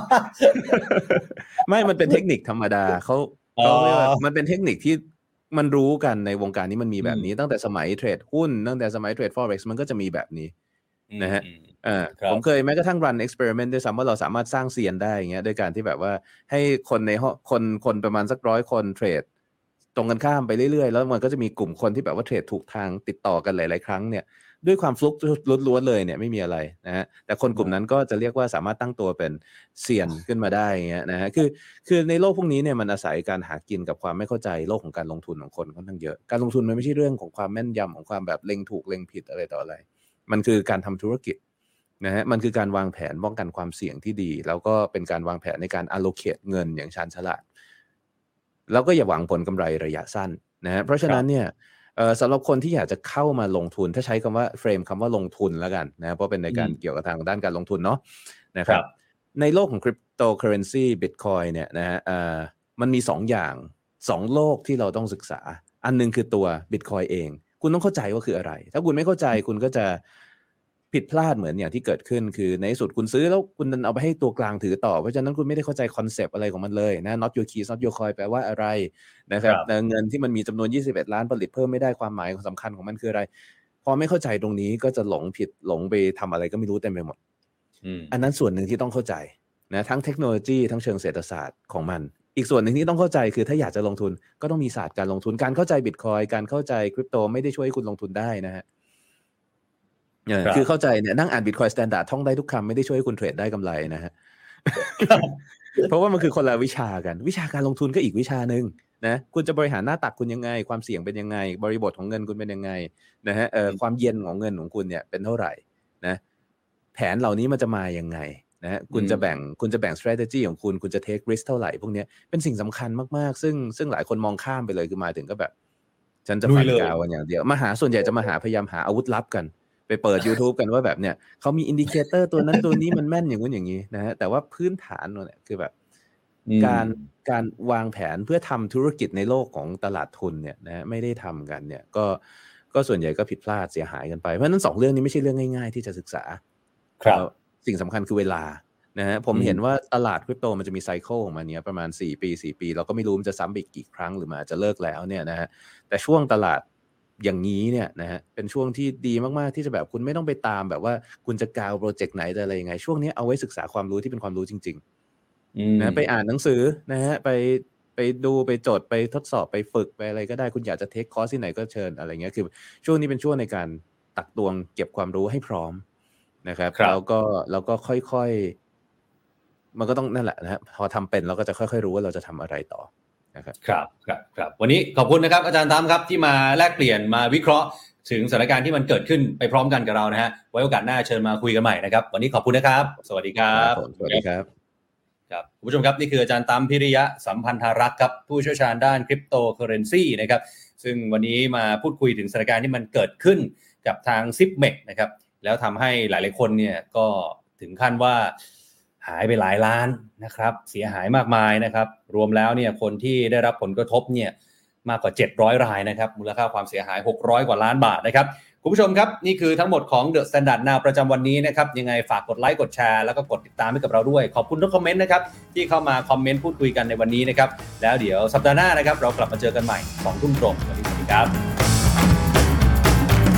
S3: ไม่มันเป็นเทคนิคธรรมดาเขาเรียกว่ามันเป็นเทคนิคที่มันรู้กันในวงการนี้มันมีแบบนี้ตั้งแต่สมัยเทรดหุ้นตั้งแต่สมัยเทรด forex มันก็จะมีแบบนี้นะฮะผมเคยแม้กระทั่ง run experiment ด้วยซ้ำว่าเราสามารถสร้างเซียนได้อย่างเงี้ยโดยการที่แบบว่าให้คนในคนประมาณสัก100 คนเทรดตรงกันข้ามไปเรื่อยๆแล้วมันก็จะมีกลุ่มคนที่แบบว่าเทรดถูกทางติดต่อกันหลายๆครั้งเนี่ยด้วยความฟลุกล้วนๆเลยเนี่ยไม่มีอะไรนะฮะแต่คนกลุ่มนั้นก็จะเรียกว่าสามารถตั้งตัวเป็นเซียนขึ้นมาได้อย่างเงี้ยนะฮะคือในโลกพวกนี้เนี่ยมันอาศัยการหากินกับความไม่เข้าใจโลกของการลงทุนของคนค่อนข้างเยอะการลงทุนมันไม่ใช่เรื่องของความแม่นยำของความแบบเล็งถูกเล็งผิดอะไรต่ออะไรมันคือการทำธุรกิจนะฮะมันคือการวางแผนป้องกันความเสี่ยงที่ดีแล้วก็เป็นการวางแผนในการ allocate เงินอย่างชาญฉลาดแล้วก็อย่าหวังผลกำไรระยะสั้นนะฮะเพราะฉะนั้นเนี่ยสำหรับคนที่อยากจะเข้ามาลงทุนถ้าใช้คำว่าเฟรมคำว่าลงทุนแล้วกันนะเพราะเป็นในการเกี่ยวกับทางด้านการลงทุนเนาะนะครับในโลกของคริปโตเคอเรนซีบิตคอยน์เนี่ยนะฮะมันมี2อย่าง2โลกที่เราต้องศึกษาอันนึงคือตัวบิตคอยน์เองคุณต้องเข้าใจว่าคืออะไรถ้าคุณไม่เข้าใจคุณก็จะผิดพลาดเหมือนอย่างที่เกิดขึ้นคือในสุดคุณซื้อแล้วคุณดันเอาไปให้ตัวกลางถือต่อเพราะฉะนั้นคุณไม่ได้เข้าใจคอนเซปต์อะไรของมันเลยนะ not your keys not your coin แปลว่าอะไรนะครับเงินที่มันมีจำนวน21ล้านผลิตเพิ่มไม่ได้ความหมายสำคัญของมันคืออะไรพอไม่เข้าใจตรงนี้ก็จะหลงผิดหลงไปทำอะไรก็ไม่รู้เต็มไปหมดอันนั้นส่วนหนึ่งที่ต้องเข้าใจนะทั้งเทคโนโลยีทั้งเชิงเศรษฐศาสตร์ของมันอีกส่วนหนึ่งที่ต้องเข้าใจคือถ้าอยากจะลงทุนก็ต้องมีศาสตร์การลงทุนการเข้าใจบิตคอยน์การเข้าใจคริปโตไม่ได้ช่วยให้คุณลงทุนได้นะฮะคือเข้าใจเนี่ยนั่งอ่าน Bitcoin Standard ท่องได้ทุกคำไม่ได้ช่วยให้คุณเทรดได้กำไรนะฮะ เพราะว่ามันคือคนละวิชากันวิชาการลงทุนก็อีกวิชานึงนะคุณจะบริหารหน้าตักคุณยังไงความเสี่ยงเป็นยังไงบริบทของเงินคุณเป็นยังไงนะฮะความเย็นของเงินของคุณเนี่ยเป็นเท่าไหร่นะแผนเหล่านี้มันจะมายังไงนะฮะคุณจะแบ่ง strategy ของคุณจะ take risk เท่าไหร่พวกนี้เป็นสิ่งสำคัญมากๆซึ่งหลายคนมองข้ามไปเลยคือมาถึงก็แบบฉันจะฟันกาวกันอย่างเดียวส่วนใหญ่จะมาหาพยายามหาอาวุธลับกันไปเปิด YouTube กันว่าแบบเนี่ยเขามีอินดิเคเตอร์ตัวนั้นตัวนี้มันแม่นอย่างนู้นอย่างนี้นะฮะแต่ว่าพื้นฐานเนี่ยคือแบบการวางแผนเพื่อทำธุรกิจในโลกของตลาดทุนเนี่ยนะไม่ได้ทำกันเนี่ยก็ส่วนใหญ่ก็ผิดพลาดเสียหายกันไปเพราะฉะนั้น2เรื่องนี้ไม่ใช่เรื่องง่ายๆที่จะศึกษาครับสิ่งสำคัญคือเวลานะฮะผมเห็นว่าตลาดคริปโตมันจะมีไซเคิลของมันเนี่ยประมาณ4 ปีเราก็ไม่รู้มันจะซ้ำอีกกี่ครั้งหรือมันอาจจะเลิกแล้วเนี่ยนะฮะแต่ช่วงตลาดอย่างนี้เนี่ยนะฮะเป็นช่วงที่ดีมากๆที่จะแบบคุณไม่ต้องไปตามแบบว่าคุณจะกาวโปรเจกต์ไหนอะไรยังไงช่วงนี้เอาไว้ศึกษาความรู้ที่เป็นความรู้จริงๆนะไปอ่านหนังสือนะฮะไปดูไปจดไปทดสอบไปฝึกไปอะไรก็ได้คุณอยากจะเทคคอร์สที่ไหนก็เชิญอะไรเงี้ยคือช่วงนี้เป็นช่วงในการตักตวงเก็บความรู้ให้พร้อมนะครับแล้วก็ค่อยๆมันก็ต้องนั่นแหละนะฮะพอทำเป็นเราก็จะค่อยๆรู้ว่าเราจะทำอะไรต่อ
S2: ครับวันนี้ขอบคุณนะครับอาจารย์ตั้มครับที่มาแลกเปลี่ยนมาวิเคราะห์ถึงสถานการณ์ที่มันเกิดขึ้นไปพร้อมกันกับเรานะฮะไว้โอกาสหน้าเชิญมาคุยกันใหม่นะครับวันนี้ขอบคุณนะครับสวัสดีครับ
S3: สวัสดีครับ
S2: คุณผู้ชมครับนี่คืออาจารย์ตั้มพิริยะสัมพันธารักษ์ครับผู้เชี่ยวชาญด้านคริปโตเคอเรนซีนะครับซึ่งวันนี้มาพูดคุยถึงสถานการณ์ที่มันเกิดขึ้นกับทาง Zipmex นะครับแล้วทำให้หลายๆคนเนี่ยก็ถึงขั้นว่าหายไปหลายล้านนะครับเสียหายมากมายนะครับรวมแล้วเนี่ยคนที่ได้รับผลกระทบเนี่ยมากกว่า700รายนะครับมูลค่าความเสียหาย600กว่าล้านบาทนะครับคุณผู้ชมครับนี่คือทั้งหมดของ The Standard Now ประจำวันนี้นะครับยังไงฝากกดไลค์กดแชร์แล้วก็กดติดตามให้กับเราด้วยขอบคุณทุกคอมเมนต์นะครับที่เข้ามาคอมเมนต์พูดคุยกันในวันนี้นะครับแล้วเดี๋ยวสัปดาห์หน้านะครับเรากลับมาเจอกันใหม่ 20:00 น.ตรงวันนี้สวัสดีครับ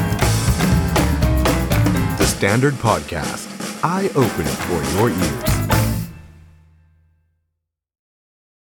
S1: The Standard Podcast Eye Opening for Your Ears